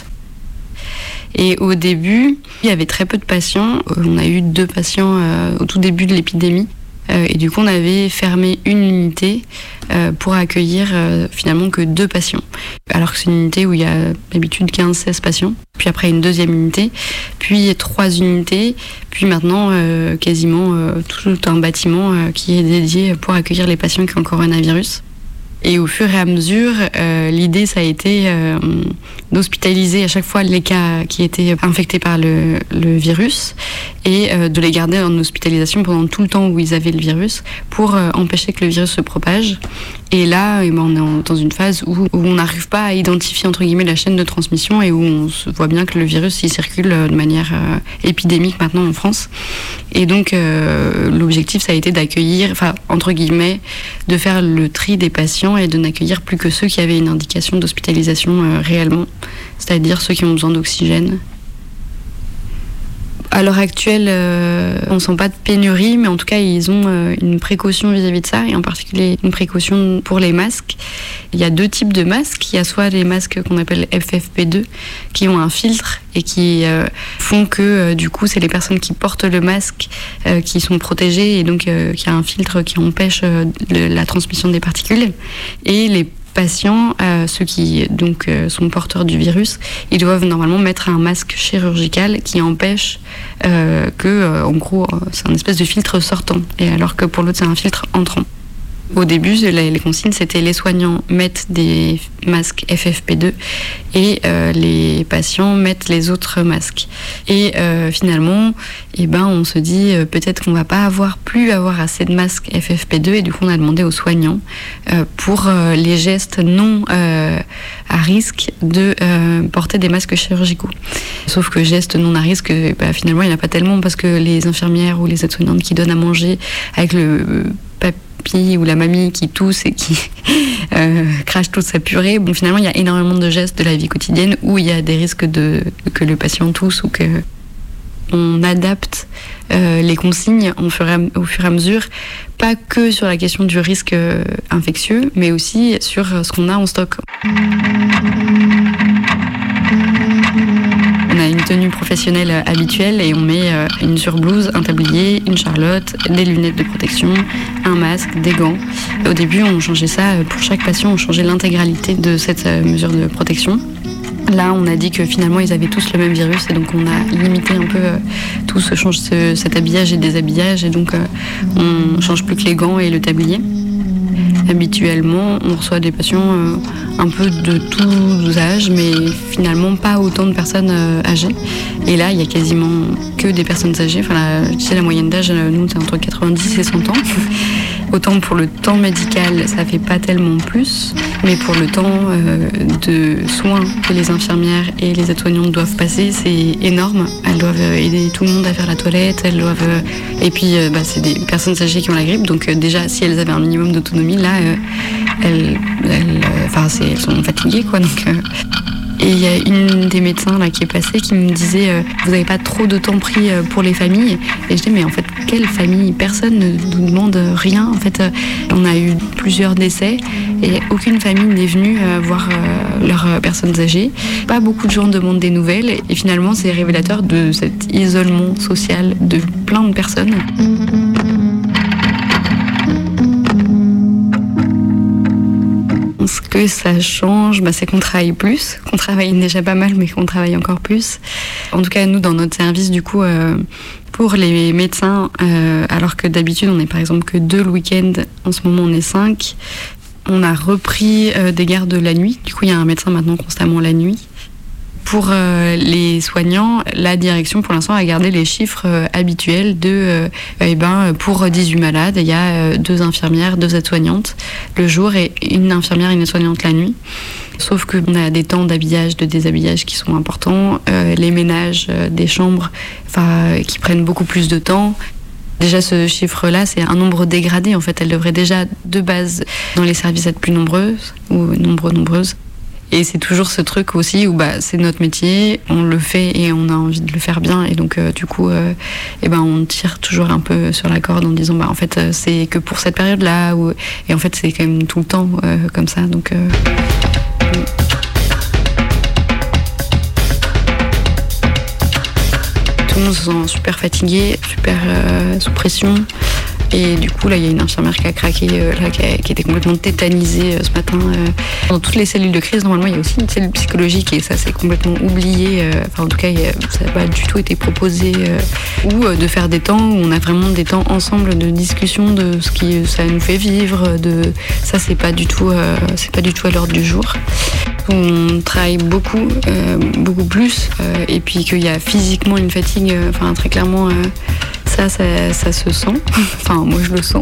Et au début, il y avait très peu de patients. On a eu deux patients euh, au tout début de l'épidémie. Euh, et du coup, on avait fermé une unité euh, pour accueillir euh, finalement que deux patients. Alors que c'est une unité où il y a d'habitude quinze seize patients. Puis après, une deuxième unité. Puis trois unités. Puis maintenant, euh, quasiment euh, tout un bâtiment euh, qui est dédié pour accueillir les patients qui ont le coronavirus. Et au fur et à mesure, euh, l'idée, ça a été euh, d'hospitaliser à chaque fois les cas qui étaient infectés par le, le virus et euh, de les garder en hospitalisation pendant tout le temps où ils avaient le virus pour euh, empêcher que le virus se propage. Et là, eh ben, on est en, dans une phase où, où on n'arrive pas à identifier entre guillemets la chaîne de transmission et où on se voit bien que le virus il circule de manière euh, épidémique maintenant en France. Et donc euh, l'objectif ça a été d'accueillir, enfin entre guillemets, de faire le tri des patients et de n'accueillir plus que ceux qui avaient une indication d'hospitalisation euh, réellement, c'est-à-dire ceux qui ont besoin d'oxygène. À l'heure actuelle, euh, on ne sent pas de pénurie, mais en tout cas, ils ont euh, une précaution vis-à-vis de ça, et en particulier une précaution pour les masques. Il y a deux types de masques. Il y a soit les masques qu'on appelle F F P deux, qui ont un filtre et qui euh, font que, euh, du coup, c'est les personnes qui portent le masque euh, qui sont protégées, et donc euh, qui a un filtre qui empêche euh, le, la transmission des particules. Et les patients, euh, ceux qui donc euh, sont porteurs du virus, ils doivent normalement mettre un masque chirurgical qui empêche euh, que, euh, en gros, c'est un espèce de filtre sortant, et alors que pour l'autre c'est un filtre entrant. Au début, les consignes, c'était les soignants mettent des masques F F P deux et euh, les patients mettent les autres masques. Et euh, finalement, eh ben, on se dit euh, peut-être qu'on va pas avoir plus avoir assez de masques F F P deux, et du coup, on a demandé aux soignants euh, pour euh, les gestes non euh, à risque de euh, porter des masques chirurgicaux. Sauf que gestes non à risque, bah, finalement, il n'y en a pas tellement parce que les infirmières ou les aides-soignantes qui donnent à manger avec le euh, papier ou la mamie qui tousse et qui euh, crache toute sa purée. Bon, finalement, il y a énormément de gestes de la vie quotidienne où il y a des risques de que le patient tousse ou que on adapte euh, les consignes au fur, et à, au fur et à mesure, pas que sur la question du risque euh, infectieux, mais aussi sur ce qu'on a en stock. On a une tenue professionnelle habituelle et on met une surblouse, un tablier, une charlotte, des lunettes de protection, un masque, des gants. Au début, on changeait ça pour chaque patient, on changeait l'intégralité de cette mesure de protection. Là, on a dit que finalement, ils avaient tous le même virus et donc on a limité un peu euh, tout ce, ce, cet habillage et déshabillage, et donc euh, on change plus que les gants et le tablier. Habituellement, on reçoit des patients euh, un peu de tous âges, mais finalement pas autant de personnes euh, âgées. Et là, il y a quasiment que des personnes âgées. Enfin, la, tu sais, la moyenne d'âge, nous, c'est entre quatre-vingt-dix et cent ans. Autant pour le temps médical, ça fait pas tellement plus, mais pour le temps euh, de soins que les infirmières et les aides-soignantes doivent passer, c'est énorme. Elles doivent aider tout le monde à faire la toilette, elles doivent... Euh, et puis, euh, bah, c'est des personnes âgées qui ont la grippe, donc euh, déjà, si elles avaient un minimum d'autonomie, là, euh, elles, elles, euh, enfin, c'est, elles sont fatiguées, quoi. Donc, euh, Et il y a une des médecins là qui est passée qui me disait euh, vous n'avez pas trop de temps pris euh, pour les familles. Et je dis mais en fait quelle famille? Personne ne nous demande rien. En fait, euh, on a eu plusieurs décès et aucune famille n'est venue euh, voir euh, leurs euh, personnes âgées. Pas beaucoup de gens demandent des nouvelles et finalement c'est révélateur de cet isolement social de plein de personnes. Ce que ça change, bah, c'est qu'on travaille plus, qu'on travaille déjà pas mal, mais qu'on travaille encore plus. En tout cas, nous, dans notre service, du coup, euh, pour les médecins, euh, alors que d'habitude, on est par exemple que deux le week-end, en ce moment, on est cinq. On a repris euh, des gardes la nuit. Du coup, il y a un médecin maintenant constamment la nuit. Pour euh, les soignants, la direction, pour l'instant, a gardé les chiffres euh, habituels de, euh, eh ben, pour dix-huit malades, il y a euh, deux infirmières, deux aides-soignantes le jour et une infirmière et une aide-soignante la nuit. Sauf qu'on a des temps d'habillage, de déshabillage qui sont importants, euh, les ménages euh, des chambres euh, qui prennent beaucoup plus de temps. Déjà, ce chiffre-là, c'est un nombre dégradé. En fait, elle devrait déjà, de base, dans les services, être plus nombreuses, ou nombreux, nombreuses. Et c'est toujours ce truc aussi où bah, c'est notre métier, on le fait et on a envie de le faire bien. Et donc, euh, du coup, euh, eh ben, on tire toujours un peu sur la corde en disant bah, en fait, euh, c'est que pour cette période-là. Ou... Et en fait, c'est quand même tout le temps euh, comme ça. Donc, euh... tout le monde se sent super fatigué, super euh, sous pression. Et du coup, là, il y a une infirmière qui a craqué, euh, là, qui, a, qui était complètement tétanisée euh, ce matin. Euh. Dans toutes les cellules de crise, normalement, il y a aussi une cellule psychologique et ça, c'est complètement oublié. Euh, enfin, en tout cas, a, ça n'a pas du tout été proposé. Euh, ou euh, de faire des temps où on a vraiment des temps ensemble de discussion de ce qui ça nous fait vivre. De... Ça, c'est pas du tout, euh, c'est pas du tout à l'ordre du jour. On travaille beaucoup, euh, beaucoup plus. Euh, et puis qu'il y a physiquement une fatigue, euh, enfin, très clairement... Euh, Ça, ça, ça se sent. Enfin, moi, je le sens.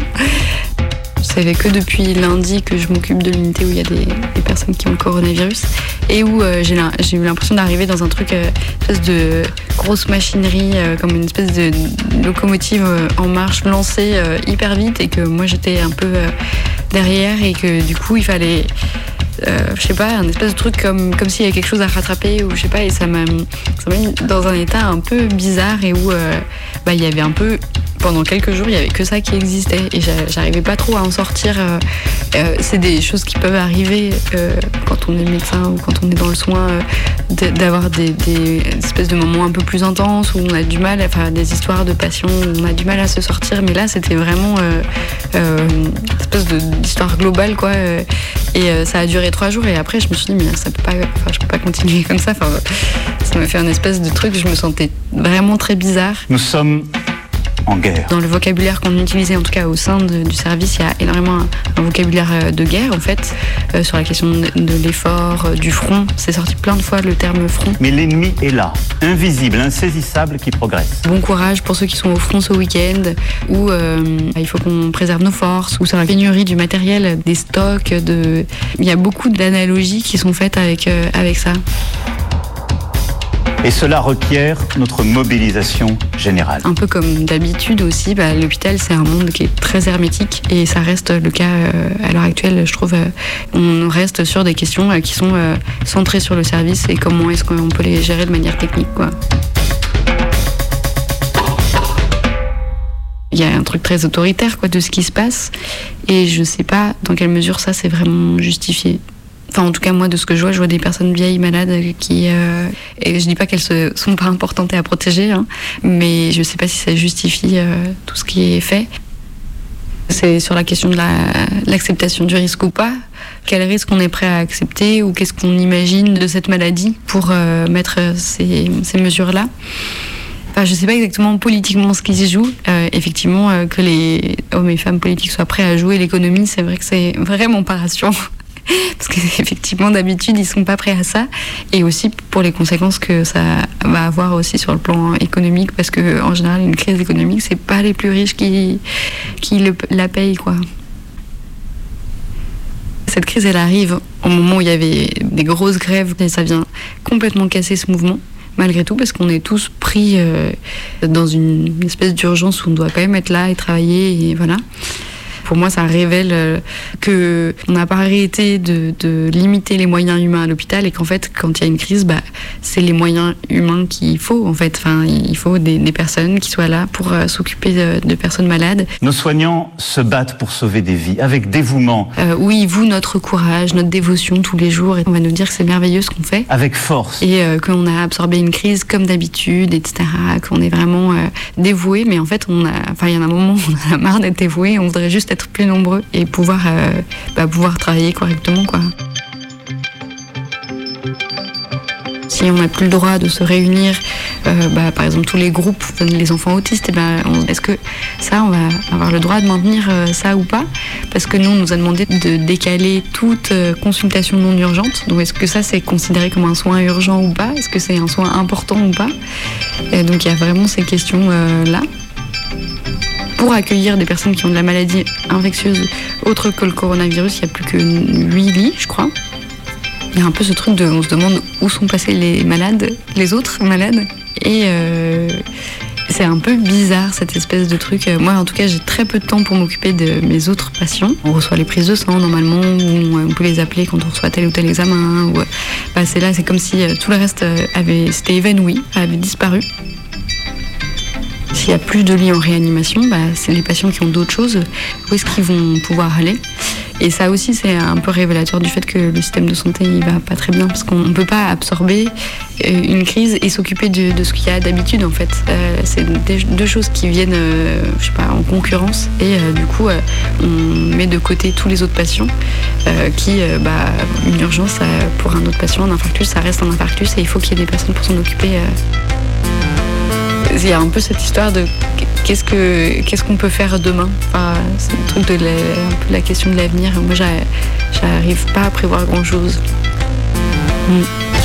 Ça fait que depuis lundi que je m'occupe de l'unité où il y a des, des personnes qui ont le coronavirus et où euh, j'ai, j'ai eu l'impression d'arriver dans un truc, euh, une espèce de grosse machinerie, euh, comme une espèce de locomotive euh, en marche lancée euh, hyper vite et que moi, j'étais un peu euh, derrière et que du coup, il fallait... Euh, je sais pas, un espèce de truc comme, comme s'il y avait quelque chose à rattraper ou je sais pas, et ça m'a, ça m'a mis dans un état un peu bizarre et où euh, bah, il y avait un peu, pendant quelques jours, il y avait que ça qui existait et j'arrivais pas trop à en sortir. Euh, euh, c'est des choses qui peuvent arriver euh, quand on est médecin ou quand on est dans le soin, euh, d'avoir des, des espèces de moments un peu plus intenses où on a du mal, enfin des histoires de patients où on a du mal à se sortir, mais là c'était vraiment euh, euh, une espèce de, d'histoire globale quoi. Euh, et euh, ça a duré trois jours et après je me suis dit mais ça peut pas, enfin je peux pas continuer comme ça. Enfin, ça m'a fait un espèce de truc, je me sentais vraiment très bizarre. Nous sommes en guerre. Dans le vocabulaire qu'on utilisait, en tout cas au sein de, du service, il y a énormément un, un vocabulaire de guerre, en fait, euh, sur la question de, de l'effort, euh, du front. C'est sorti plein de fois le terme front. Mais l'ennemi est là, invisible, insaisissable, qui progresse. Bon courage pour ceux qui sont au front ce week-end, où euh, il faut qu'on préserve nos forces, ou sur la pénurie du matériel, des stocks. De... Il y a beaucoup d'analogies qui sont faites avec, euh, avec ça. Et cela requiert notre mobilisation générale. Un peu comme d'habitude aussi, bah, l'hôpital c'est un monde qui est très hermétique et ça reste le cas euh, à l'heure actuelle, je trouve. Euh, on reste sur des questions euh, qui sont euh, centrées sur le service et comment est-ce qu'on peut les gérer de manière technique, quoi. Il y a un truc très autoritaire quoi, de ce qui se passe et je sais pas dans quelle mesure ça c'est vraiment justifié. Enfin, en tout cas, moi, de ce que je vois, je vois des personnes vieilles, malades, qui... Euh, et je dis pas qu'elles ne sont pas importantes à protéger, hein, mais je sais pas si ça justifie euh, tout ce qui est fait. C'est sur la question de la, l'acceptation du risque ou pas. Quel risque on est prêt à accepter ou qu'est-ce qu'on imagine de cette maladie pour euh, mettre ces, ces mesures-là. Enfin, je ne sais pas exactement politiquement ce qui se joue. Euh, effectivement, euh, que les hommes et femmes politiques soient prêts à jouer l'économie, c'est vrai que c'est vraiment pas rassurant. Parce qu'effectivement, d'habitude, ils sont pas prêts à ça. Et aussi pour les conséquences que ça va avoir aussi sur le plan économique. Parce que en général, une crise économique, c'est pas les plus riches qui, qui le, la payent, quoi. Cette crise, elle arrive au moment où il y avait des grosses grèves. Et ça vient complètement casser ce mouvement. Malgré tout, parce qu'on est tous pris euh, dans une espèce d'urgence où on doit quand même être là et travailler, et voilà. Pour moi, ça révèle euh, que on n'a pas arrêté de, de limiter les moyens humains à l'hôpital et qu'en fait, quand il y a une crise, bah, c'est les moyens humains qu'il faut. En fait, enfin, il faut des, des personnes qui soient là pour euh, s'occuper de, de personnes malades. Nos soignants se battent pour sauver des vies, avec dévouement. Euh, oui, vous, notre courage, notre dévotion tous les jours, et on va nous dire que c'est merveilleux ce qu'on fait. Avec force. Et euh, qu'on a absorbé une crise comme d'habitude, et cetera. Qu'on est vraiment euh, dévoué, mais en fait, on a, enfin, il y en a un moment où on a marre d'être dévoué, on voudrait juste être plus nombreux et pouvoir, euh, bah, pouvoir travailler correctement, quoi. Si on n'a plus le droit de se réunir, euh, bah, par exemple tous les groupes, les enfants autistes, et bah, on, est-ce que ça, on va avoir le droit de maintenir euh, ça ou pas? Parce que nous, on nous a demandé de décaler toute euh, consultation non urgente. Donc est-ce que ça, c'est considéré comme un soin urgent ou pas? Est-ce que c'est un soin important ou pas? Et donc il y a vraiment ces questions-là. Pour accueillir des personnes qui ont de la maladie infectieuse autre que le coronavirus, il n'y a plus que huit lits, je crois. Il y a un peu ce truc de, on se demande où sont passés les malades, les autres malades. Et euh, c'est un peu bizarre cette espèce de truc. Moi, en tout cas, j'ai très peu de temps pour m'occuper de mes autres patients. On reçoit les prises de sang normalement, ou on peut les appeler quand on reçoit tel ou tel examen. Ou, bah, c'est là, c'est comme si tout le reste avait, c'était évanoui, avait disparu. S'il n'y a plus de lits en réanimation, bah, c'est les patients qui ont d'autres choses. Où est-ce qu'ils vont pouvoir aller? Et ça aussi, c'est un peu révélateur du fait que le système de santé, il va pas très bien, parce qu'on ne peut pas absorber une crise et s'occuper de, de ce qu'il y a d'habitude, en fait. Euh, c'est deux choses qui viennent, euh, je sais pas, en concurrence, et euh, du coup, euh, on met de côté tous les autres patients, euh, qui, euh, bah, une urgence euh, pour un autre patient, un infarctus, ça reste un infarctus, et il faut qu'il y ait des personnes pour s'en occuper. Euh. Il y a un peu cette histoire de qu'est-ce que qu'est-ce qu'on peut faire demain. Enfin, c'est le truc de la, un peu la question de l'avenir. Moi, j'arrive pas à prévoir grand-chose. Mm.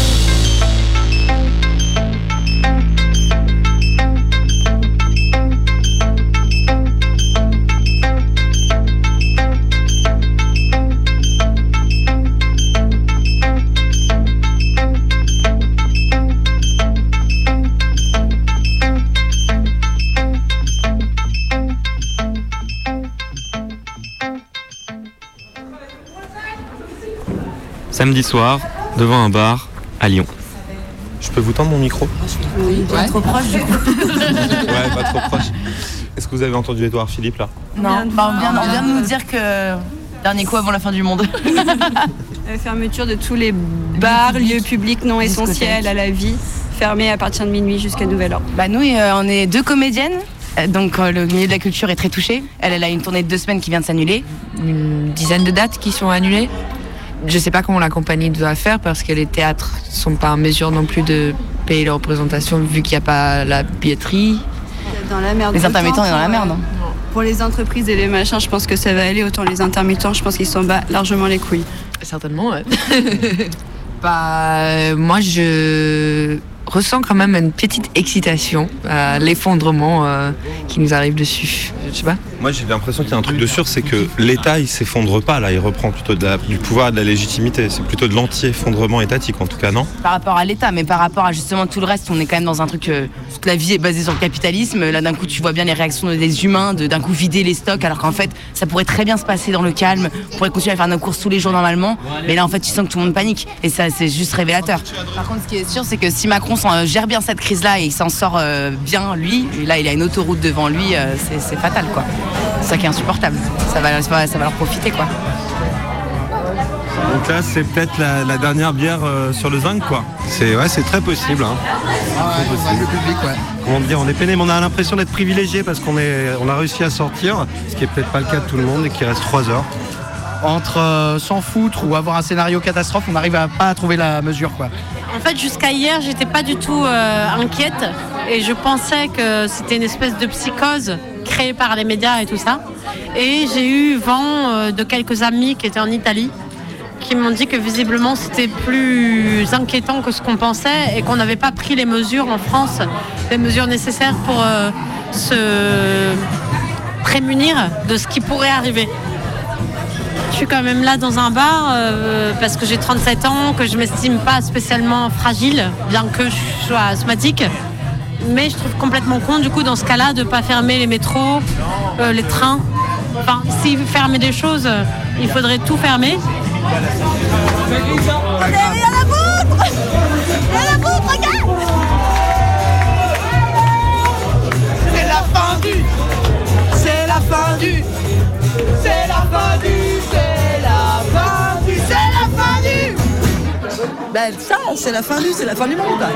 Samedi soir, devant un bar, à Lyon. Je peux vous tendre mon micro? Oui, pas trop proche du coup. Ouais, pas trop proche. Est-ce que vous avez entendu Édouard Philippe là? Non, bah, on, vient, on vient de nous dire que dernier coup avant la fin du monde. La fermeture de tous les bars, lieux publics non essentiels à la vie, fermés à partir de minuit jusqu'à nouvel ordre. Bah nous, euh, on est deux comédiennes. Donc euh, le milieu de la culture est très touché. Elle, elle a une tournée de deux semaines qui vient de s'annuler. Une dizaine de dates qui sont annulées. Je sais pas comment la compagnie doit faire parce que les théâtres sont pas en mesure non plus de payer les représentations vu qu'il n'y a pas la billetterie. Dans la merde. Les intermittents sont dans la merde. Hein. Pour les entreprises et les machins, je pense que ça va aller. Autant les intermittents, je pense qu'ils s'en battent largement les couilles. Certainement, ouais. Bah, euh, moi, je ressens quand même une petite excitation à l'effondrement euh, qui nous arrive dessus. Je sais pas. Moi, j'ai l'impression qu'il y a un truc de sûr, c'est que l'État, il s'effondre pas, là. Il reprend plutôt de la, du pouvoir et de la légitimité. C'est plutôt de l'anti-effondrement étatique, en tout cas, non? Par rapport à l'État, mais par rapport à justement tout le reste, on est quand même dans un truc... Euh, toute la vie est basée sur le capitalisme. Là, d'un coup, tu vois bien les réactions des humains, de d'un coup vider les stocks, alors qu'en fait, ça pourrait très bien se passer dans le calme. On pourrait continuer à faire nos courses tous les jours normalement. Mais là, en fait, tu sens que tout le monde panique. Et ça, c'est juste révélateur. Par contre, ce qui est sûr, c'est que si Macron s'en, gère bien cette crise-là et il s'en sort euh, bien, lui, et là, il a une autoroute devant lui, euh, c'est, c'est fatal, quoi. C'est ça qui est insupportable. Ça va, ça va, ça va leur profiter, quoi. Donc là, c'est peut-être la, la dernière bière euh, sur le zinc, quoi. C'est ouais, c'est très possible. Hein. Ah ouais, très possible. Le public, ouais. Comment dire, on est peiné, mais on a l'impression d'être privilégié parce qu'on est, on a réussi à sortir, ce qui est peut-être pas le cas de tout le monde et qu'il reste trois heures. Entre euh, s'en foutre ou avoir un scénario catastrophe, on n'arrive à, pas à trouver la mesure, quoi. En fait, jusqu'à hier, j'étais pas du tout euh, inquiète et je pensais que c'était une espèce de psychose créée par les médias et tout ça. Et j'ai eu vent euh, de quelques amis qui étaient en Italie qui m'ont dit que visiblement c'était plus inquiétant que ce qu'on pensait et qu'on n'avait pas pris les mesures en France, les mesures nécessaires pour euh, se prémunir de ce qui pourrait arriver. Je suis quand même là dans un bar euh, parce que j'ai trente-sept ans, que je m'estime pas spécialement fragile, bien que je sois asthmatique. Mais je trouve complètement con du coup dans ce cas-là de ne pas fermer les métros, euh, les trains Enfin, s'ils fermaient des choses, euh, il faudrait tout fermer. Il y a la poutre Il y a la poutre, regarde. C'est la fin du. C'est la fin du. C'est la fin du. C'est la fin du. C'est la fin du. Ben ça, c'est la fin du. C'est la fin du monde. Quoi.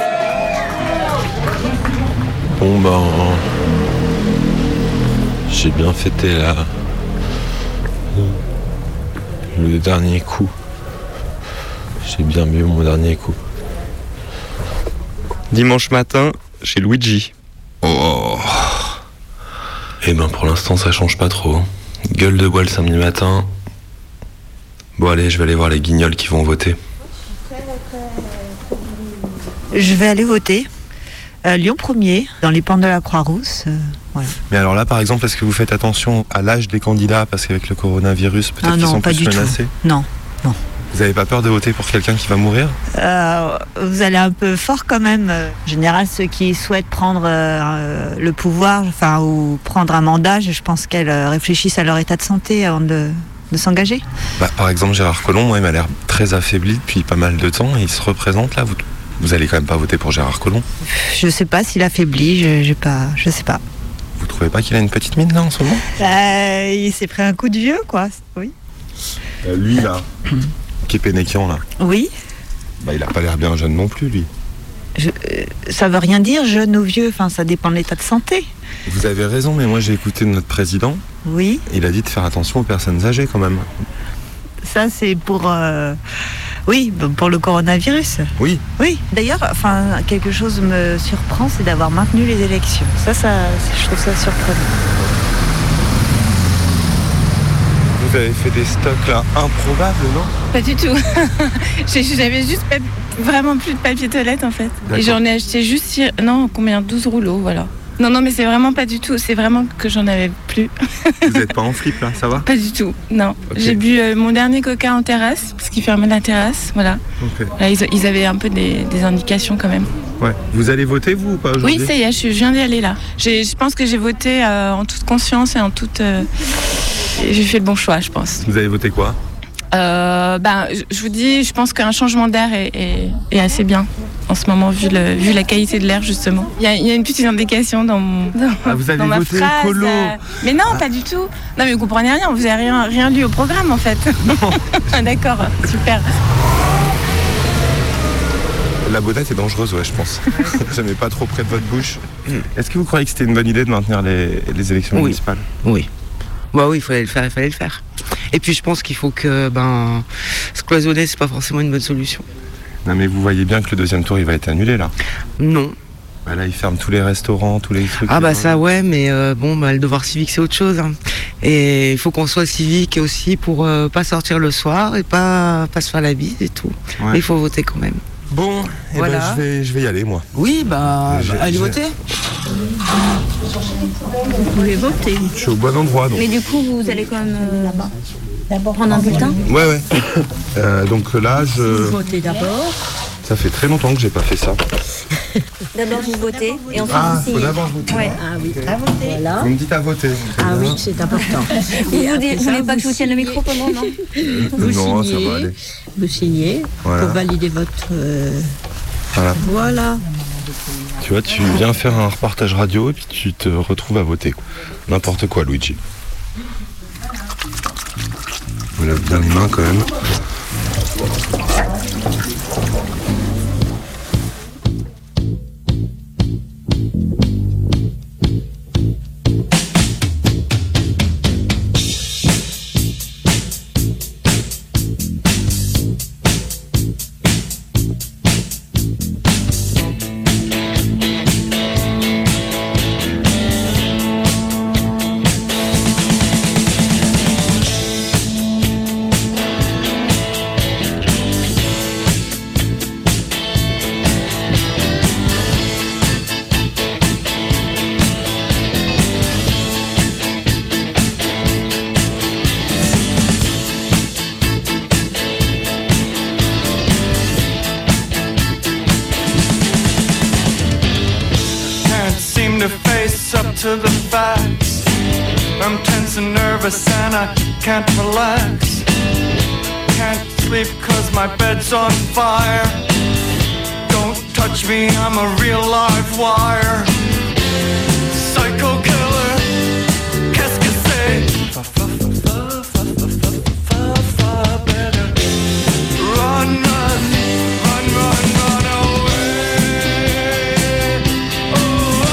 Bon ben, j'ai bien fêté la... le dernier coup. J'ai bien bu mon dernier coup. Dimanche matin, chez Luigi. Oh. Eh ben pour l'instant ça change pas trop. Gueule de bois le samedi matin. Bon allez, je vais aller voir les guignols qui vont voter. Je vais aller voter. Euh, Lyon premier, dans les pentes de la Croix-Rousse. Euh, voilà. Mais alors là par exemple, est-ce que vous faites attention à l'âge des candidats? Parce qu'avec le coronavirus, peut-être Ah qu'ils non, sont pas plus du tout. menacés. Non, non. Vous avez pas peur de voter pour quelqu'un qui va mourir? Euh, vous allez un peu fort quand même. En général, ceux qui souhaitent prendre euh, le pouvoir, enfin, ou prendre un mandat, je pense qu'elles réfléchissent à leur état de santé avant de, de s'engager. Bah, par exemple, Gérard Collomb, moi, il m'a l'air très affaibli depuis pas mal de temps et il se représente là. Vous, vous allez quand même pas voter pour Gérard Collomb? Je sais pas s'il affaiblit, je, j'ai pas, je sais pas. Vous trouvez pas qu'il a une petite mine là en ce moment? Euh, il s'est pris un coup de vieux, quoi. Oui. euh, Lui là, qui est Pénéquian là. Oui. Bah, il a pas l'air bien jeune non plus lui. Je, euh, ça veut rien dire, jeune ou vieux. Enfin, ça dépend de l'état de santé. Vous avez raison, mais moi j'ai écouté notre président. Oui. Il a dit de faire attention aux personnes âgées quand même. Ça, c'est pour, euh, oui, pour le coronavirus. Oui. Oui. D'ailleurs, enfin, quelque chose me surprend, c'est d'avoir maintenu les élections. Ça, ça, je trouve ça surprenant. Vous avez fait des stocks là improbables, non? Pas du tout. J'ai- J'avais juste pas- vraiment plus de papier toilette en fait. D'accord. Et j'en ai acheté juste, six- non, combien? douze rouleaux, voilà. Non, non, mais c'est vraiment pas du tout. C'est vraiment que j'en avais plus. Vous êtes pas en flip là, ça va? Pas du tout, non. Ok. J'ai bu euh, mon dernier coca en terrasse, parce qu'ils fermaient la terrasse, voilà. Ok. Là, ils, ils avaient un peu des, des indications quand même. Ouais. Vous allez voter vous ou pas aujourd'hui? Oui, ça y est, je, suis- je viens d'y aller là. J'ai- Je pense que j'ai voté euh, en toute conscience et en toute... euh, j'ai fait le bon choix, je pense. Vous avez voté quoi? Euh, ben, je- je vous dis, je pense qu'un changement d'air est, est- est assez bien en ce moment, vu, le, vu la qualité de l'air, justement. Il y a, il y a une petite indication dans, mon, dans, Ah, vous avez dans ma voté phrase. écolo. euh, Mais non, pas du tout. Non, mais vous comprenez rien, vous n'avez rien, rien lu au programme, en fait. D'accord, super. La baudette est dangereuse, ouais, je pense. Je mets pas trop près de votre bouche. Est-ce que vous croyez que c'était une bonne idée de maintenir les, les élections Oui. municipales? Oui. Bah oui, il fallait le faire, il fallait le faire. Et puis je pense qu'il faut que, ben, se cloisonner, c'est pas forcément une bonne solution. Non mais vous voyez bien que le deuxième tour il va être annulé là. Non. Bah là ils ferment tous les restaurants, tous les trucs. Ah bah les- ça ouais, mais euh, bon, bah, le devoir civique c'est autre chose. hein. Et il faut qu'on soit civique aussi pour euh, pas sortir le soir et pas, pas se faire la bise et tout. Ouais. Mais il faut voter quand même. Bon, eh Voilà. ben, je, vais, je vais y aller moi. Oui, bah, J'ai- bah, allez j'ai- voter. Vous pouvez voter. Je suis au bon endroit donc. Mais du coup, vous allez quand même euh, d'abord prendre un bulletin. Ouais ouais. Euh, donc là je. Votez d'abord. Ça fait très longtemps que j'ai pas fait ça. D'abord, vous votez et ensuite Ah, vous faut signez. d'abord voter. Ouais. Ah oui, à voter. Voilà. Vous me dites à voter. Ah oui, c'est important. Vous Et ne après ça, voulez pas vous que je vous tienne le micro pendant, non Vous Non, ça signez, va aller. vous signez Voilà. pour valider votre... euh, Voilà. Voilà. Tu vois, tu viens faire un reportage radio et puis tu te retrouves à voter. quoi. N'importe quoi, Luigi. Vous lève bien les mains quand même. Can't seem to face up to the facts. I'm tense and nervous and I can't relax. Can't sleep cause my bed's on fire. Don't touch me, I'm a real live wire. Psycho killer, qu'est-ce que c'est? Fa fa fa fa fa fa fa fa better run, run, run, run, run away. Oh, oh,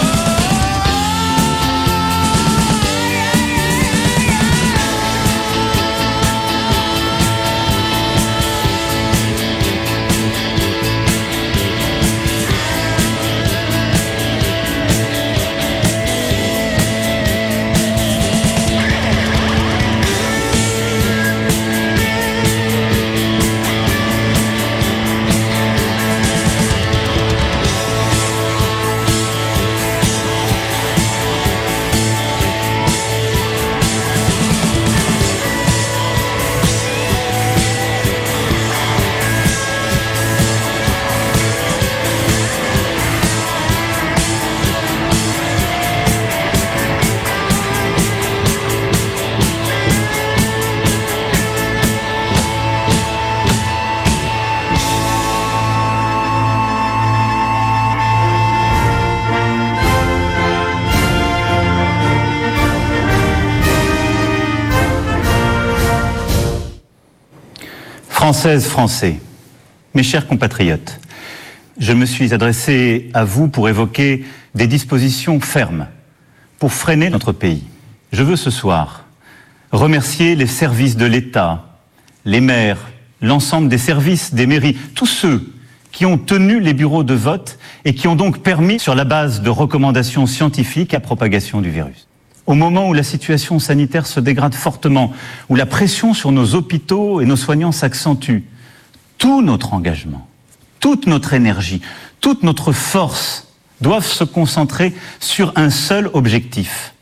Françaises, Français, mes chers compatriotes, je me suis adressé à vous pour évoquer des dispositions fermes pour freiner notre pays. Je veux ce soir remercier les services de l'État, les maires, l'ensemble des services des mairies, tous ceux qui ont tenu les bureaux de vote et qui ont donc permis, sur la base de recommandations scientifiques, la propagation du virus. Au moment où la situation sanitaire se dégrade fortement, où la pression sur nos hôpitaux et nos soignants s'accentue, tout notre engagement, toute notre énergie, toute notre force doivent se concentrer sur un seul objectif: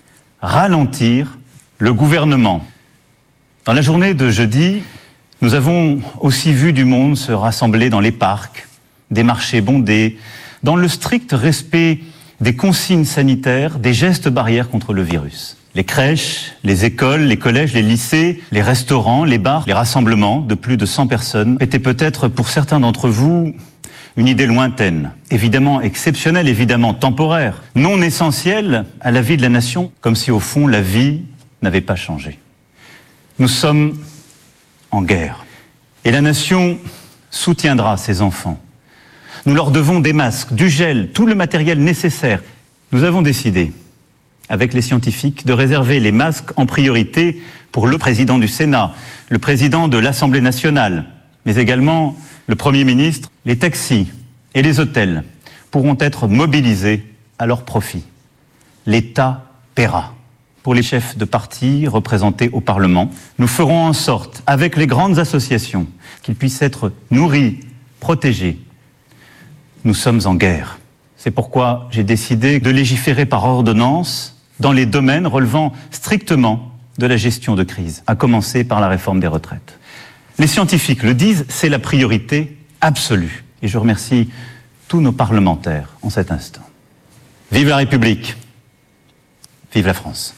ralentir le gouvernement. Dans la journée de jeudi, nous avons aussi vu du monde se rassembler dans les parcs, des marchés bondés, dans le strict respect des consignes sanitaires, des gestes barrières contre le virus. Les crèches, les écoles, les collèges, les lycées, les restaurants, les bars, les rassemblements de plus de cent personnes étaient peut-être pour certains d'entre vous une idée lointaine, évidemment exceptionnelle, évidemment temporaire, non essentielle à la vie de la nation, comme si au fond la vie n'avait pas changé. Nous sommes en guerre et la nation soutiendra ses enfants. Nous leur devons des masques, du gel, tout le matériel nécessaire. Nous avons décidé, avec les scientifiques, de réserver les masques en priorité pour le président du Sénat, le président de l'Assemblée nationale, mais également le Premier ministre. Les taxis et les hôtels pourront être mobilisés à leur profit. L'État paiera. Pour les chefs de parti représentés au Parlement, nous ferons en sorte, avec les grandes associations, qu'ils puissent être nourris, protégés. Nous sommes en guerre. C'est pourquoi j'ai décidé de légiférer par ordonnance dans les domaines relevant strictement de la gestion de crise, à commencer par la réforme des retraites. Les scientifiques le disent, c'est la priorité absolue. Et je remercie tous nos parlementaires en cet instant. Vive la République, vive la France.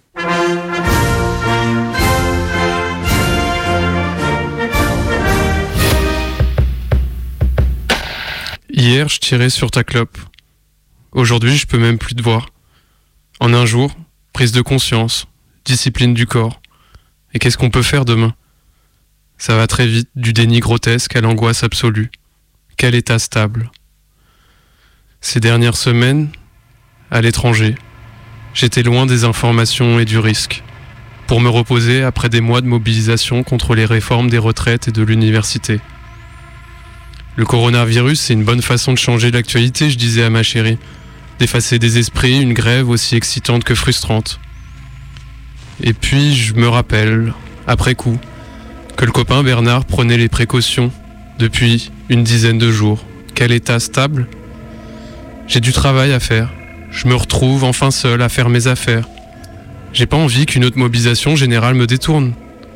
Hier, je tirais sur ta clope. Aujourd'hui, je peux même plus te voir. En un jour, prise de conscience, discipline du corps. Et qu'est-ce qu'on peut faire demain ? Ça va très vite, du déni grotesque à l'angoisse absolue. Quel état stable. Ces dernières semaines, à l'étranger, j'étais loin des informations et du risque, pour me reposer après des mois de mobilisation contre les réformes des retraites et de l'université. Le coronavirus, c'est une bonne façon de changer l'actualité, je disais à ma chérie. D'effacer des esprits, une grève aussi excitante que frustrante. Et puis, je me rappelle, après coup, que le copain Bernard prenait les précautions depuis une dizaine de jours. Quel état stable ? J'ai du travail à faire. Je me retrouve enfin seul à faire mes affaires. J'ai pas envie qu'une autre mobilisation générale me détourne.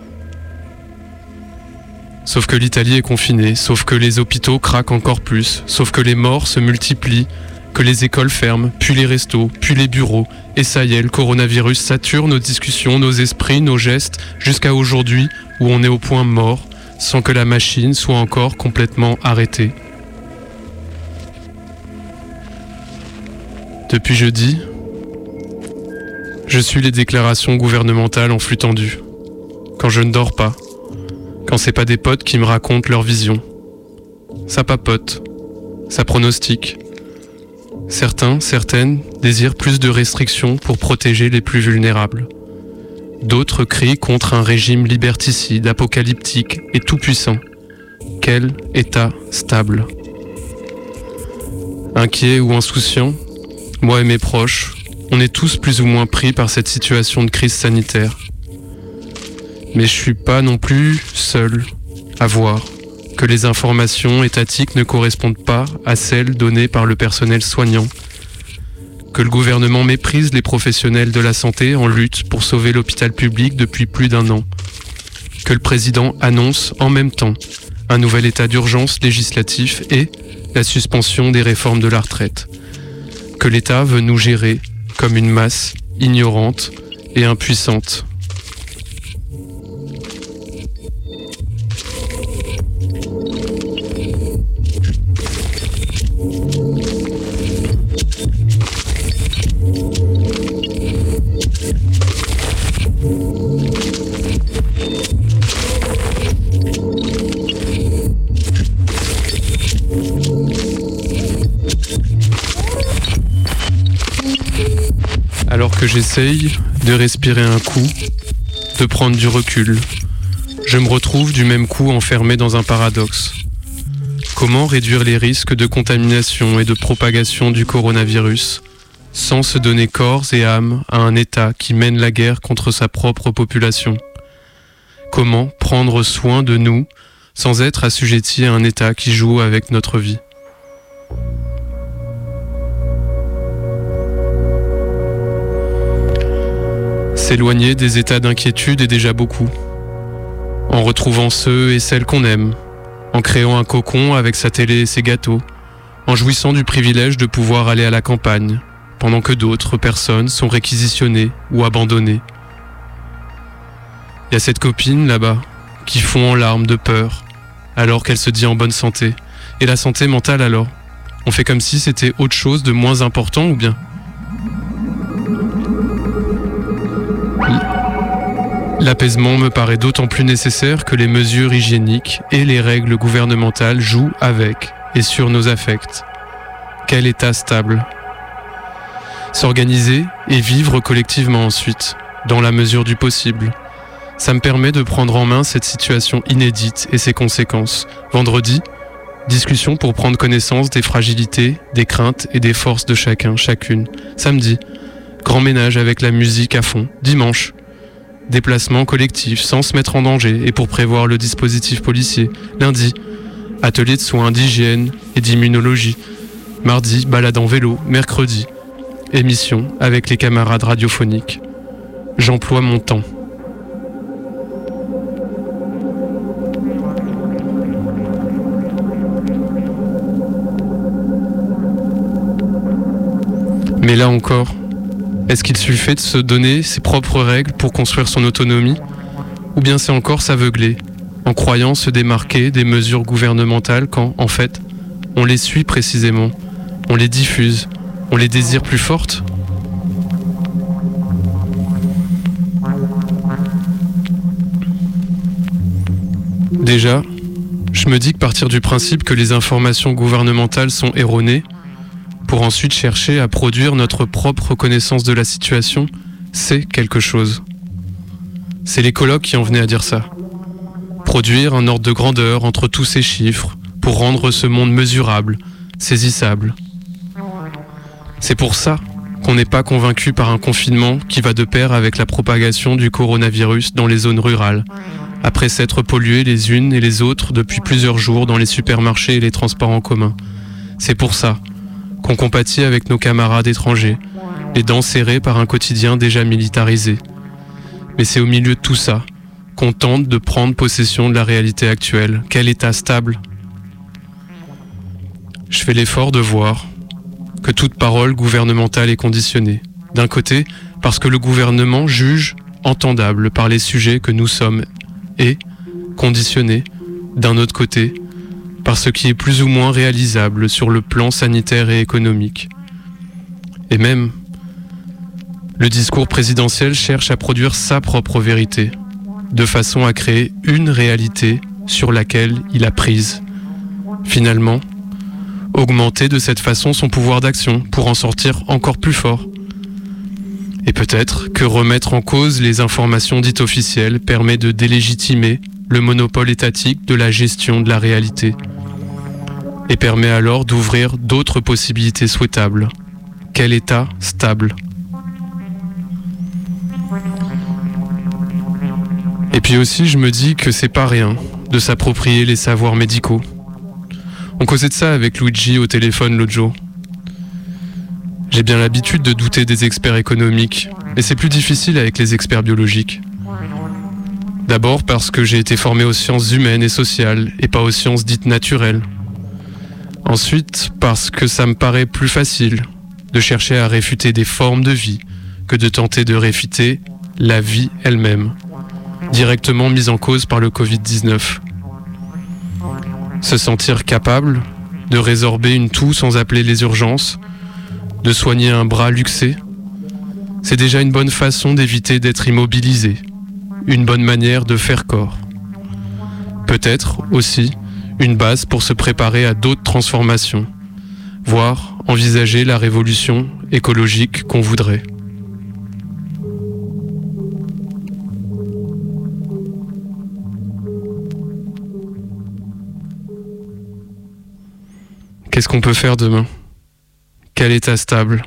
Sauf que l'Italie est confinée, sauf que les hôpitaux craquent encore plus, sauf que les morts se multiplient Que les écoles ferment, puis les restos, puis les bureaux, et ça y est, le coronavirus sature nos discussions, nos esprits, nos gestes, jusqu'à aujourd'hui où on est au point mort, sans que la machine soit encore complètement arrêtée. Depuis jeudi, je suis les déclarations gouvernementales en flux tendu. Quand je ne dors pas, quand c'est pas des potes qui me racontent leur vision. Ça papote, ça pronostique. Certains, certaines désirent plus de restrictions pour protéger les plus vulnérables. D'autres crient contre un régime liberticide, apocalyptique et tout-puissant. Quel État stable? Inquiets ou insouciants, moi et mes proches, on est tous plus ou moins pris par cette situation de crise sanitaire. Mais je suis pas non plus seul à voir que les informations étatiques ne correspondent pas à celles données par le personnel soignant, que le gouvernement méprise les professionnels de la santé en lutte pour sauver l'hôpital public depuis plus d'un an, que le président annonce en même temps un nouvel état d'urgence législatif et la suspension des réformes de la retraite, que l'État veut nous gérer comme une masse ignorante et impuissante. Alors que j'essaye de respirer un coup, de prendre du recul, je me retrouve du même coup enfermé dans un paradoxe. Comment réduire les risques de contamination et de propagation du coronavirus sans se donner corps et âme à un État qui mène la guerre contre sa propre population? Comment prendre soin de nous sans être assujetti à un État qui joue avec notre vie? S'éloigner des états d'inquiétude est déjà beaucoup. En retrouvant ceux et celles qu'on aime, en créant un cocon avec sa télé et ses gâteaux, en jouissant du privilège de pouvoir aller à la campagne, pendant que d'autres personnes sont réquisitionnées ou abandonnées. Il y a cette copine là-bas, qui fond en larmes de peur, alors qu'elle se dit en bonne santé. Et la santé mentale alors? On fait comme si c'était autre chose de moins important ou bien? L'apaisement me paraît d'autant plus nécessaire que les mesures hygiéniques et les règles gouvernementales jouent avec et sur nos affects. Quel état stable? S'organiser et vivre collectivement ensuite, dans la mesure du possible. Ça me permet de prendre en main cette situation inédite et ses conséquences. Vendredi, discussion pour prendre connaissance des fragilités, des craintes et des forces de chacun, chacune. Samedi, grand ménage avec la musique à fond. Dimanche, déplacement collectif sans se mettre en danger et pour prévoir le dispositif policier. Lundi, atelier de soins, d'hygiène et d'immunologie. Mardi, balade en vélo. Mercredi, émission avec les camarades radiophoniques. J'emploie mon temps. Mais là encore, est-ce qu'il suffit de se donner ses propres règles pour construire son autonomie? Ou bien c'est encore s'aveugler, en croyant se démarquer des mesures gouvernementales quand, en fait, on les suit précisément, on les diffuse, on les désire plus fortes? Déjà, je me dis que partir du principe que les informations gouvernementales sont erronées, pour ensuite chercher à produire notre propre connaissance de la situation, c'est quelque chose. C'est les colloques qui en venaient à dire ça. Produire un ordre de grandeur entre tous ces chiffres pour rendre ce monde mesurable, saisissable. C'est pour ça qu'on n'est pas convaincu par un confinement qui va de pair avec la propagation du coronavirus dans les zones rurales, après s'être polluées les unes et les autres depuis plusieurs jours dans les supermarchés et les transports en commun. C'est pour ça qu'on compatit avec nos camarades étrangers, les dents serrées par un quotidien déjà militarisé. Mais c'est au milieu de tout ça qu'on tente de prendre possession de la réalité actuelle. Quel état stable? Je fais l'effort de voir que toute parole gouvernementale est conditionnée. D'un côté, parce que le gouvernement juge entendable par les sujets que nous sommes et conditionnés. D'un autre côté, par ce qui est plus ou moins réalisable sur le plan sanitaire et économique. Et même, le discours présidentiel cherche à produire sa propre vérité, de façon à créer une réalité sur laquelle il a prise. Finalement, augmenter de cette façon son pouvoir d'action pour en sortir encore plus fort. Et peut-être que remettre en cause les informations dites officielles permet de délégitimer le monopole étatique de la gestion de la réalité et permet alors d'ouvrir d'autres possibilités souhaitables. Quel état stable? Et puis aussi, je me dis que c'est pas rien de s'approprier les savoirs médicaux. On causait de ça avec Luigi au téléphone l'autre jour. J'ai bien l'habitude de douter des experts économiques, mais c'est plus difficile avec les experts biologiques. D'abord parce que j'ai été formé aux sciences humaines et sociales, et pas aux sciences dites naturelles. Ensuite, parce que ça me paraît plus facile de chercher à réfuter des formes de vie que de tenter de réfuter la vie elle-même, directement mise en cause par le covid dix-neuf. Se sentir capable de résorber une toux sans appeler les urgences, de soigner un bras luxé, c'est déjà une bonne façon d'éviter d'être immobilisé, une bonne manière de faire corps. Peut-être aussi une base pour se préparer à d'autres transformations, voire envisager la révolution écologique qu'on voudrait. Qu'est-ce qu'on peut faire demain? Quel état stable?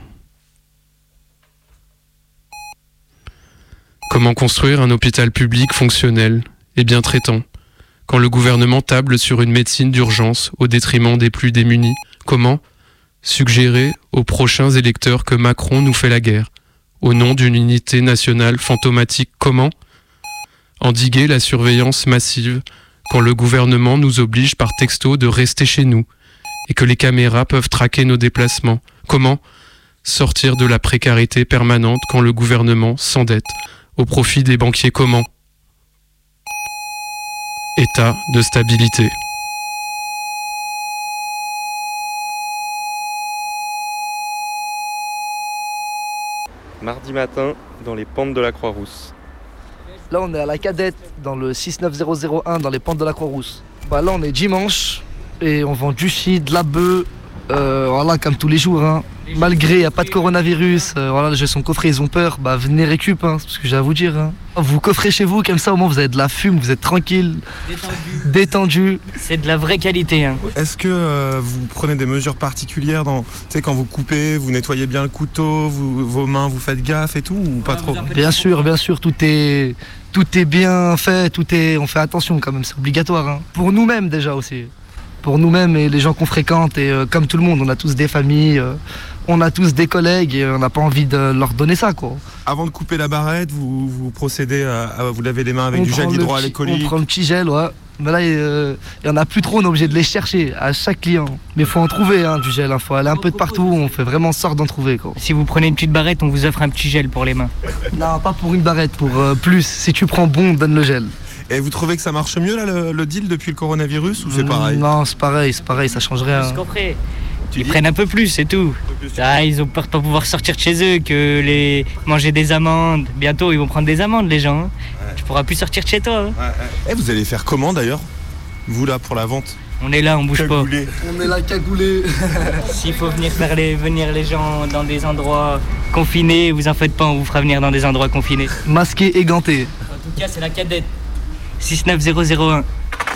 Comment construire un hôpital public fonctionnel et bien traitant quand le gouvernement table sur une médecine d'urgence au détriment des plus démunis? Comment suggérer aux prochains électeurs que Macron nous fait la guerre au nom d'une unité nationale fantomatique? Comment endiguer la surveillance massive quand le gouvernement nous oblige par texto de rester chez nous et que les caméras peuvent traquer nos déplacements? Comment sortir de la précarité permanente quand le gouvernement s'endette au profit des banquiers? Comment? État de stabilité. Mardi matin, dans les pentes de la Croix-Rousse. Là, on est à la Cadette, dans le six neuf zéro zéro un, dans les pentes de la Croix-Rousse. Bah, là, on est dimanche. Et on vend du shit, de la bœuf, euh, voilà, comme tous les jours. Hein. Malgré il n'y a pas de coronavirus, euh, voilà, les gens sont coffrés, ils ont peur, bah venez récup, hein, c'est ce que j'ai à vous dire. Hein. Vous coffrez chez vous, comme ça au moins vous avez de la fume, vous êtes tranquille, détendu. détendu. C'est de la vraie qualité. Hein. Est-ce que euh, vous prenez des mesures particulières dans, tu sais, quand vous coupez, vous nettoyez bien le couteau, vous, vos mains, vous faites gaffe et tout, ou pas trop? Bien sûr, bien sûr, tout est, tout est bien fait, tout est, on fait attention quand même, c'est obligatoire. Hein. Pour nous-mêmes déjà aussi. Pour nous-mêmes et les gens qu'on fréquente, et euh, comme tout le monde, on a tous des familles, euh, on a tous des collègues et on n'a pas envie de leur donner ça, quoi. Avant de couper la barrette, vous, vous procédez à, à vous laver les mains avec on du gel hydroalcoolique? On prend le petit gel, ouais. Mais là, il euh, n'y en a plus trop, on est obligé de les chercher à chaque client. Mais il faut en trouver, hein, du gel, il hein. faut aller un peu de partout, on fait vraiment sorte d'en trouver, quoi. Si vous prenez une petite barrette, on vous offre un petit gel pour les mains. Non, pas pour une barrette, pour euh, plus. Si tu prends bon, donne le gel. Et vous trouvez que ça marche mieux là le, le deal depuis le coronavirus ou c'est pareil? Non, c'est pareil, c'est pareil, ça change rien. Ils dis? prennent un peu plus, c'est tout. Plus, ah, ils ont peur de pas pouvoir sortir de chez eux, que les manger des amandes. Bientôt, ils vont prendre des amandes, les gens. Hein. Ouais. Tu pourras plus sortir de chez toi. Hein. Ouais, ouais. Et vous allez faire comment d'ailleurs, vous là pour la vente? On est là, on bouge cagoulé. pas. On est là cagoulé. S'il faut venir faire les, venir les gens dans des endroits confinés, vous en faites pas, on vous fera venir dans des endroits confinés. Masqué et ganté. En tout cas, c'est la Cadette. six neuf zéro zéro un.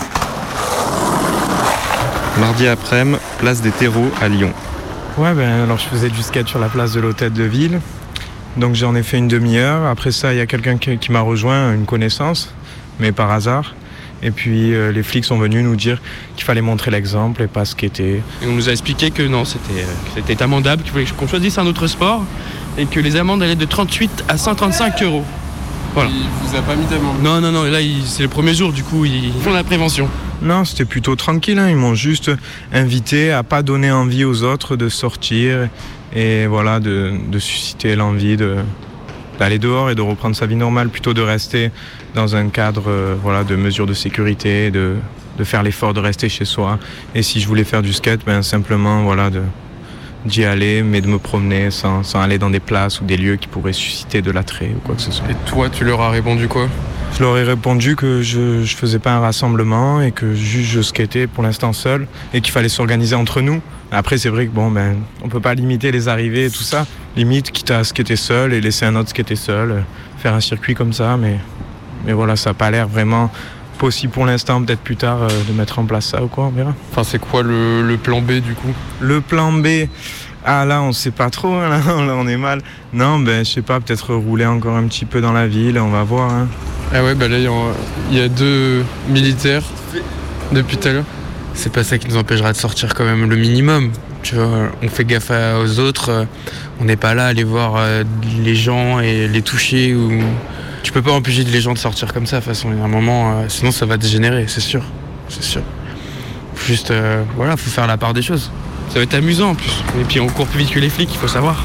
Mardi après-midi, place des terreaux à Lyon. Ouais, ben alors je faisais du skate sur la place de l'hôtel de ville. Donc j'en ai fait une demi-heure. Après ça, il y a quelqu'un qui, qui m'a rejoint, une connaissance, mais par hasard. Et puis euh, les flics sont venus nous dire qu'il fallait montrer l'exemple et pas ce qu'était. Et on nous a expliqué que non, c'était, que c'était amendable, qu'il fallait qu'on choisisse un autre sport et que les amendes allaient de trente-huit à cent trente-cinq euros. Voilà. Il vous a pas mis d'amende? Non, non, non, là il, c'est le premier jour, du coup ils font la prévention. Non, c'était plutôt tranquille, hein. Ils m'ont juste invité à pas donner envie aux autres de sortir et voilà, de, de susciter l'envie de, d'aller dehors et de reprendre sa vie normale, plutôt de rester dans un cadre euh, voilà, de mesures de sécurité, de, de faire l'effort de rester chez soi. Et si je voulais faire du skate, ben, simplement voilà, de, d'y aller, mais de me promener sans, sans aller dans des places ou des lieux qui pourraient susciter de l'attrait ou quoi que ce soit. Et toi, tu leur as répondu quoi ? Je leur ai répondu que je je faisais pas un rassemblement et que juste je skatais pour l'instant seul et qu'il fallait s'organiser entre nous. Après, c'est vrai que bon, ben, on peut pas limiter les arrivées et tout ça. Limite, quitte à skater seul et laisser un autre skater seul, faire un circuit comme ça, mais, mais voilà, ça a pas l'air vraiment possible pour l'instant. Peut-être plus tard euh, de mettre en place ça ou quoi, on verra. Enfin, c'est quoi le, le plan B du coup ? Le plan B, ah là, on sait pas trop, hein, là, là on est mal. Non, ben, je sais pas, peut-être rouler encore un petit peu dans la ville, on va voir. Hein. Ah ouais, bah là, il y a deux militaires depuis tout à l'heure. C'est pas ça qui nous empêchera de sortir quand même le minimum. Tu vois, on fait gaffe aux autres. On n'est pas là à aller voir les gens et les toucher. Ou... Tu peux pas empêcher les gens de sortir comme ça, de toute façon. Il y a un moment, sinon ça va dégénérer, c'est sûr. C'est sûr. Juste, euh, voilà, faut faire la part des choses. Ça va être amusant en plus. Et puis on court plus vite que les flics, il faut savoir.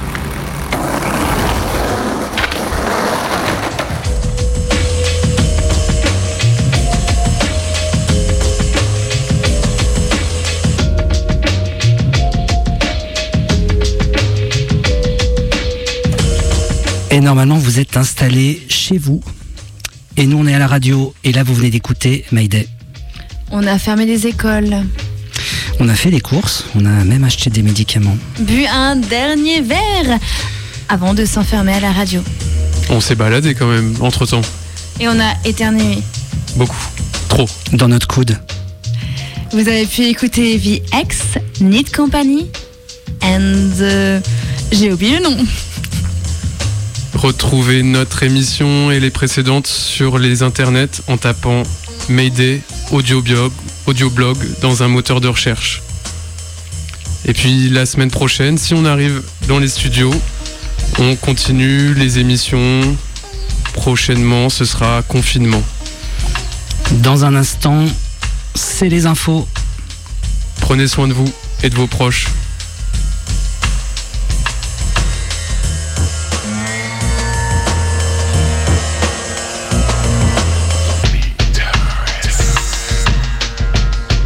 Et normalement, vous êtes installé chez vous. Et nous, on est à la radio. Et là, vous venez d'écouter Mayday. On a fermé des écoles. On a fait des courses. On a même acheté des médicaments. Bu un dernier verre avant de s'enfermer à la radio. On s'est baladé quand même, entre-temps. Et on a éternué. Beaucoup. Trop. Dans notre coude. Vous avez pu écouter V X, Need Company, and... Euh, j'ai oublié le nom. Retrouvez notre émission et les précédentes sur les internets en tapant Mayday Audioblog, Audioblog dans un moteur de recherche. Et puis la semaine prochaine, si on arrive dans les studios, on continue les émissions. Prochainement, ce sera confinement. Dans un instant, c'est les infos. Prenez soin de vous et de vos proches.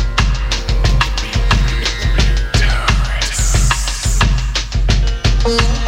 Oh.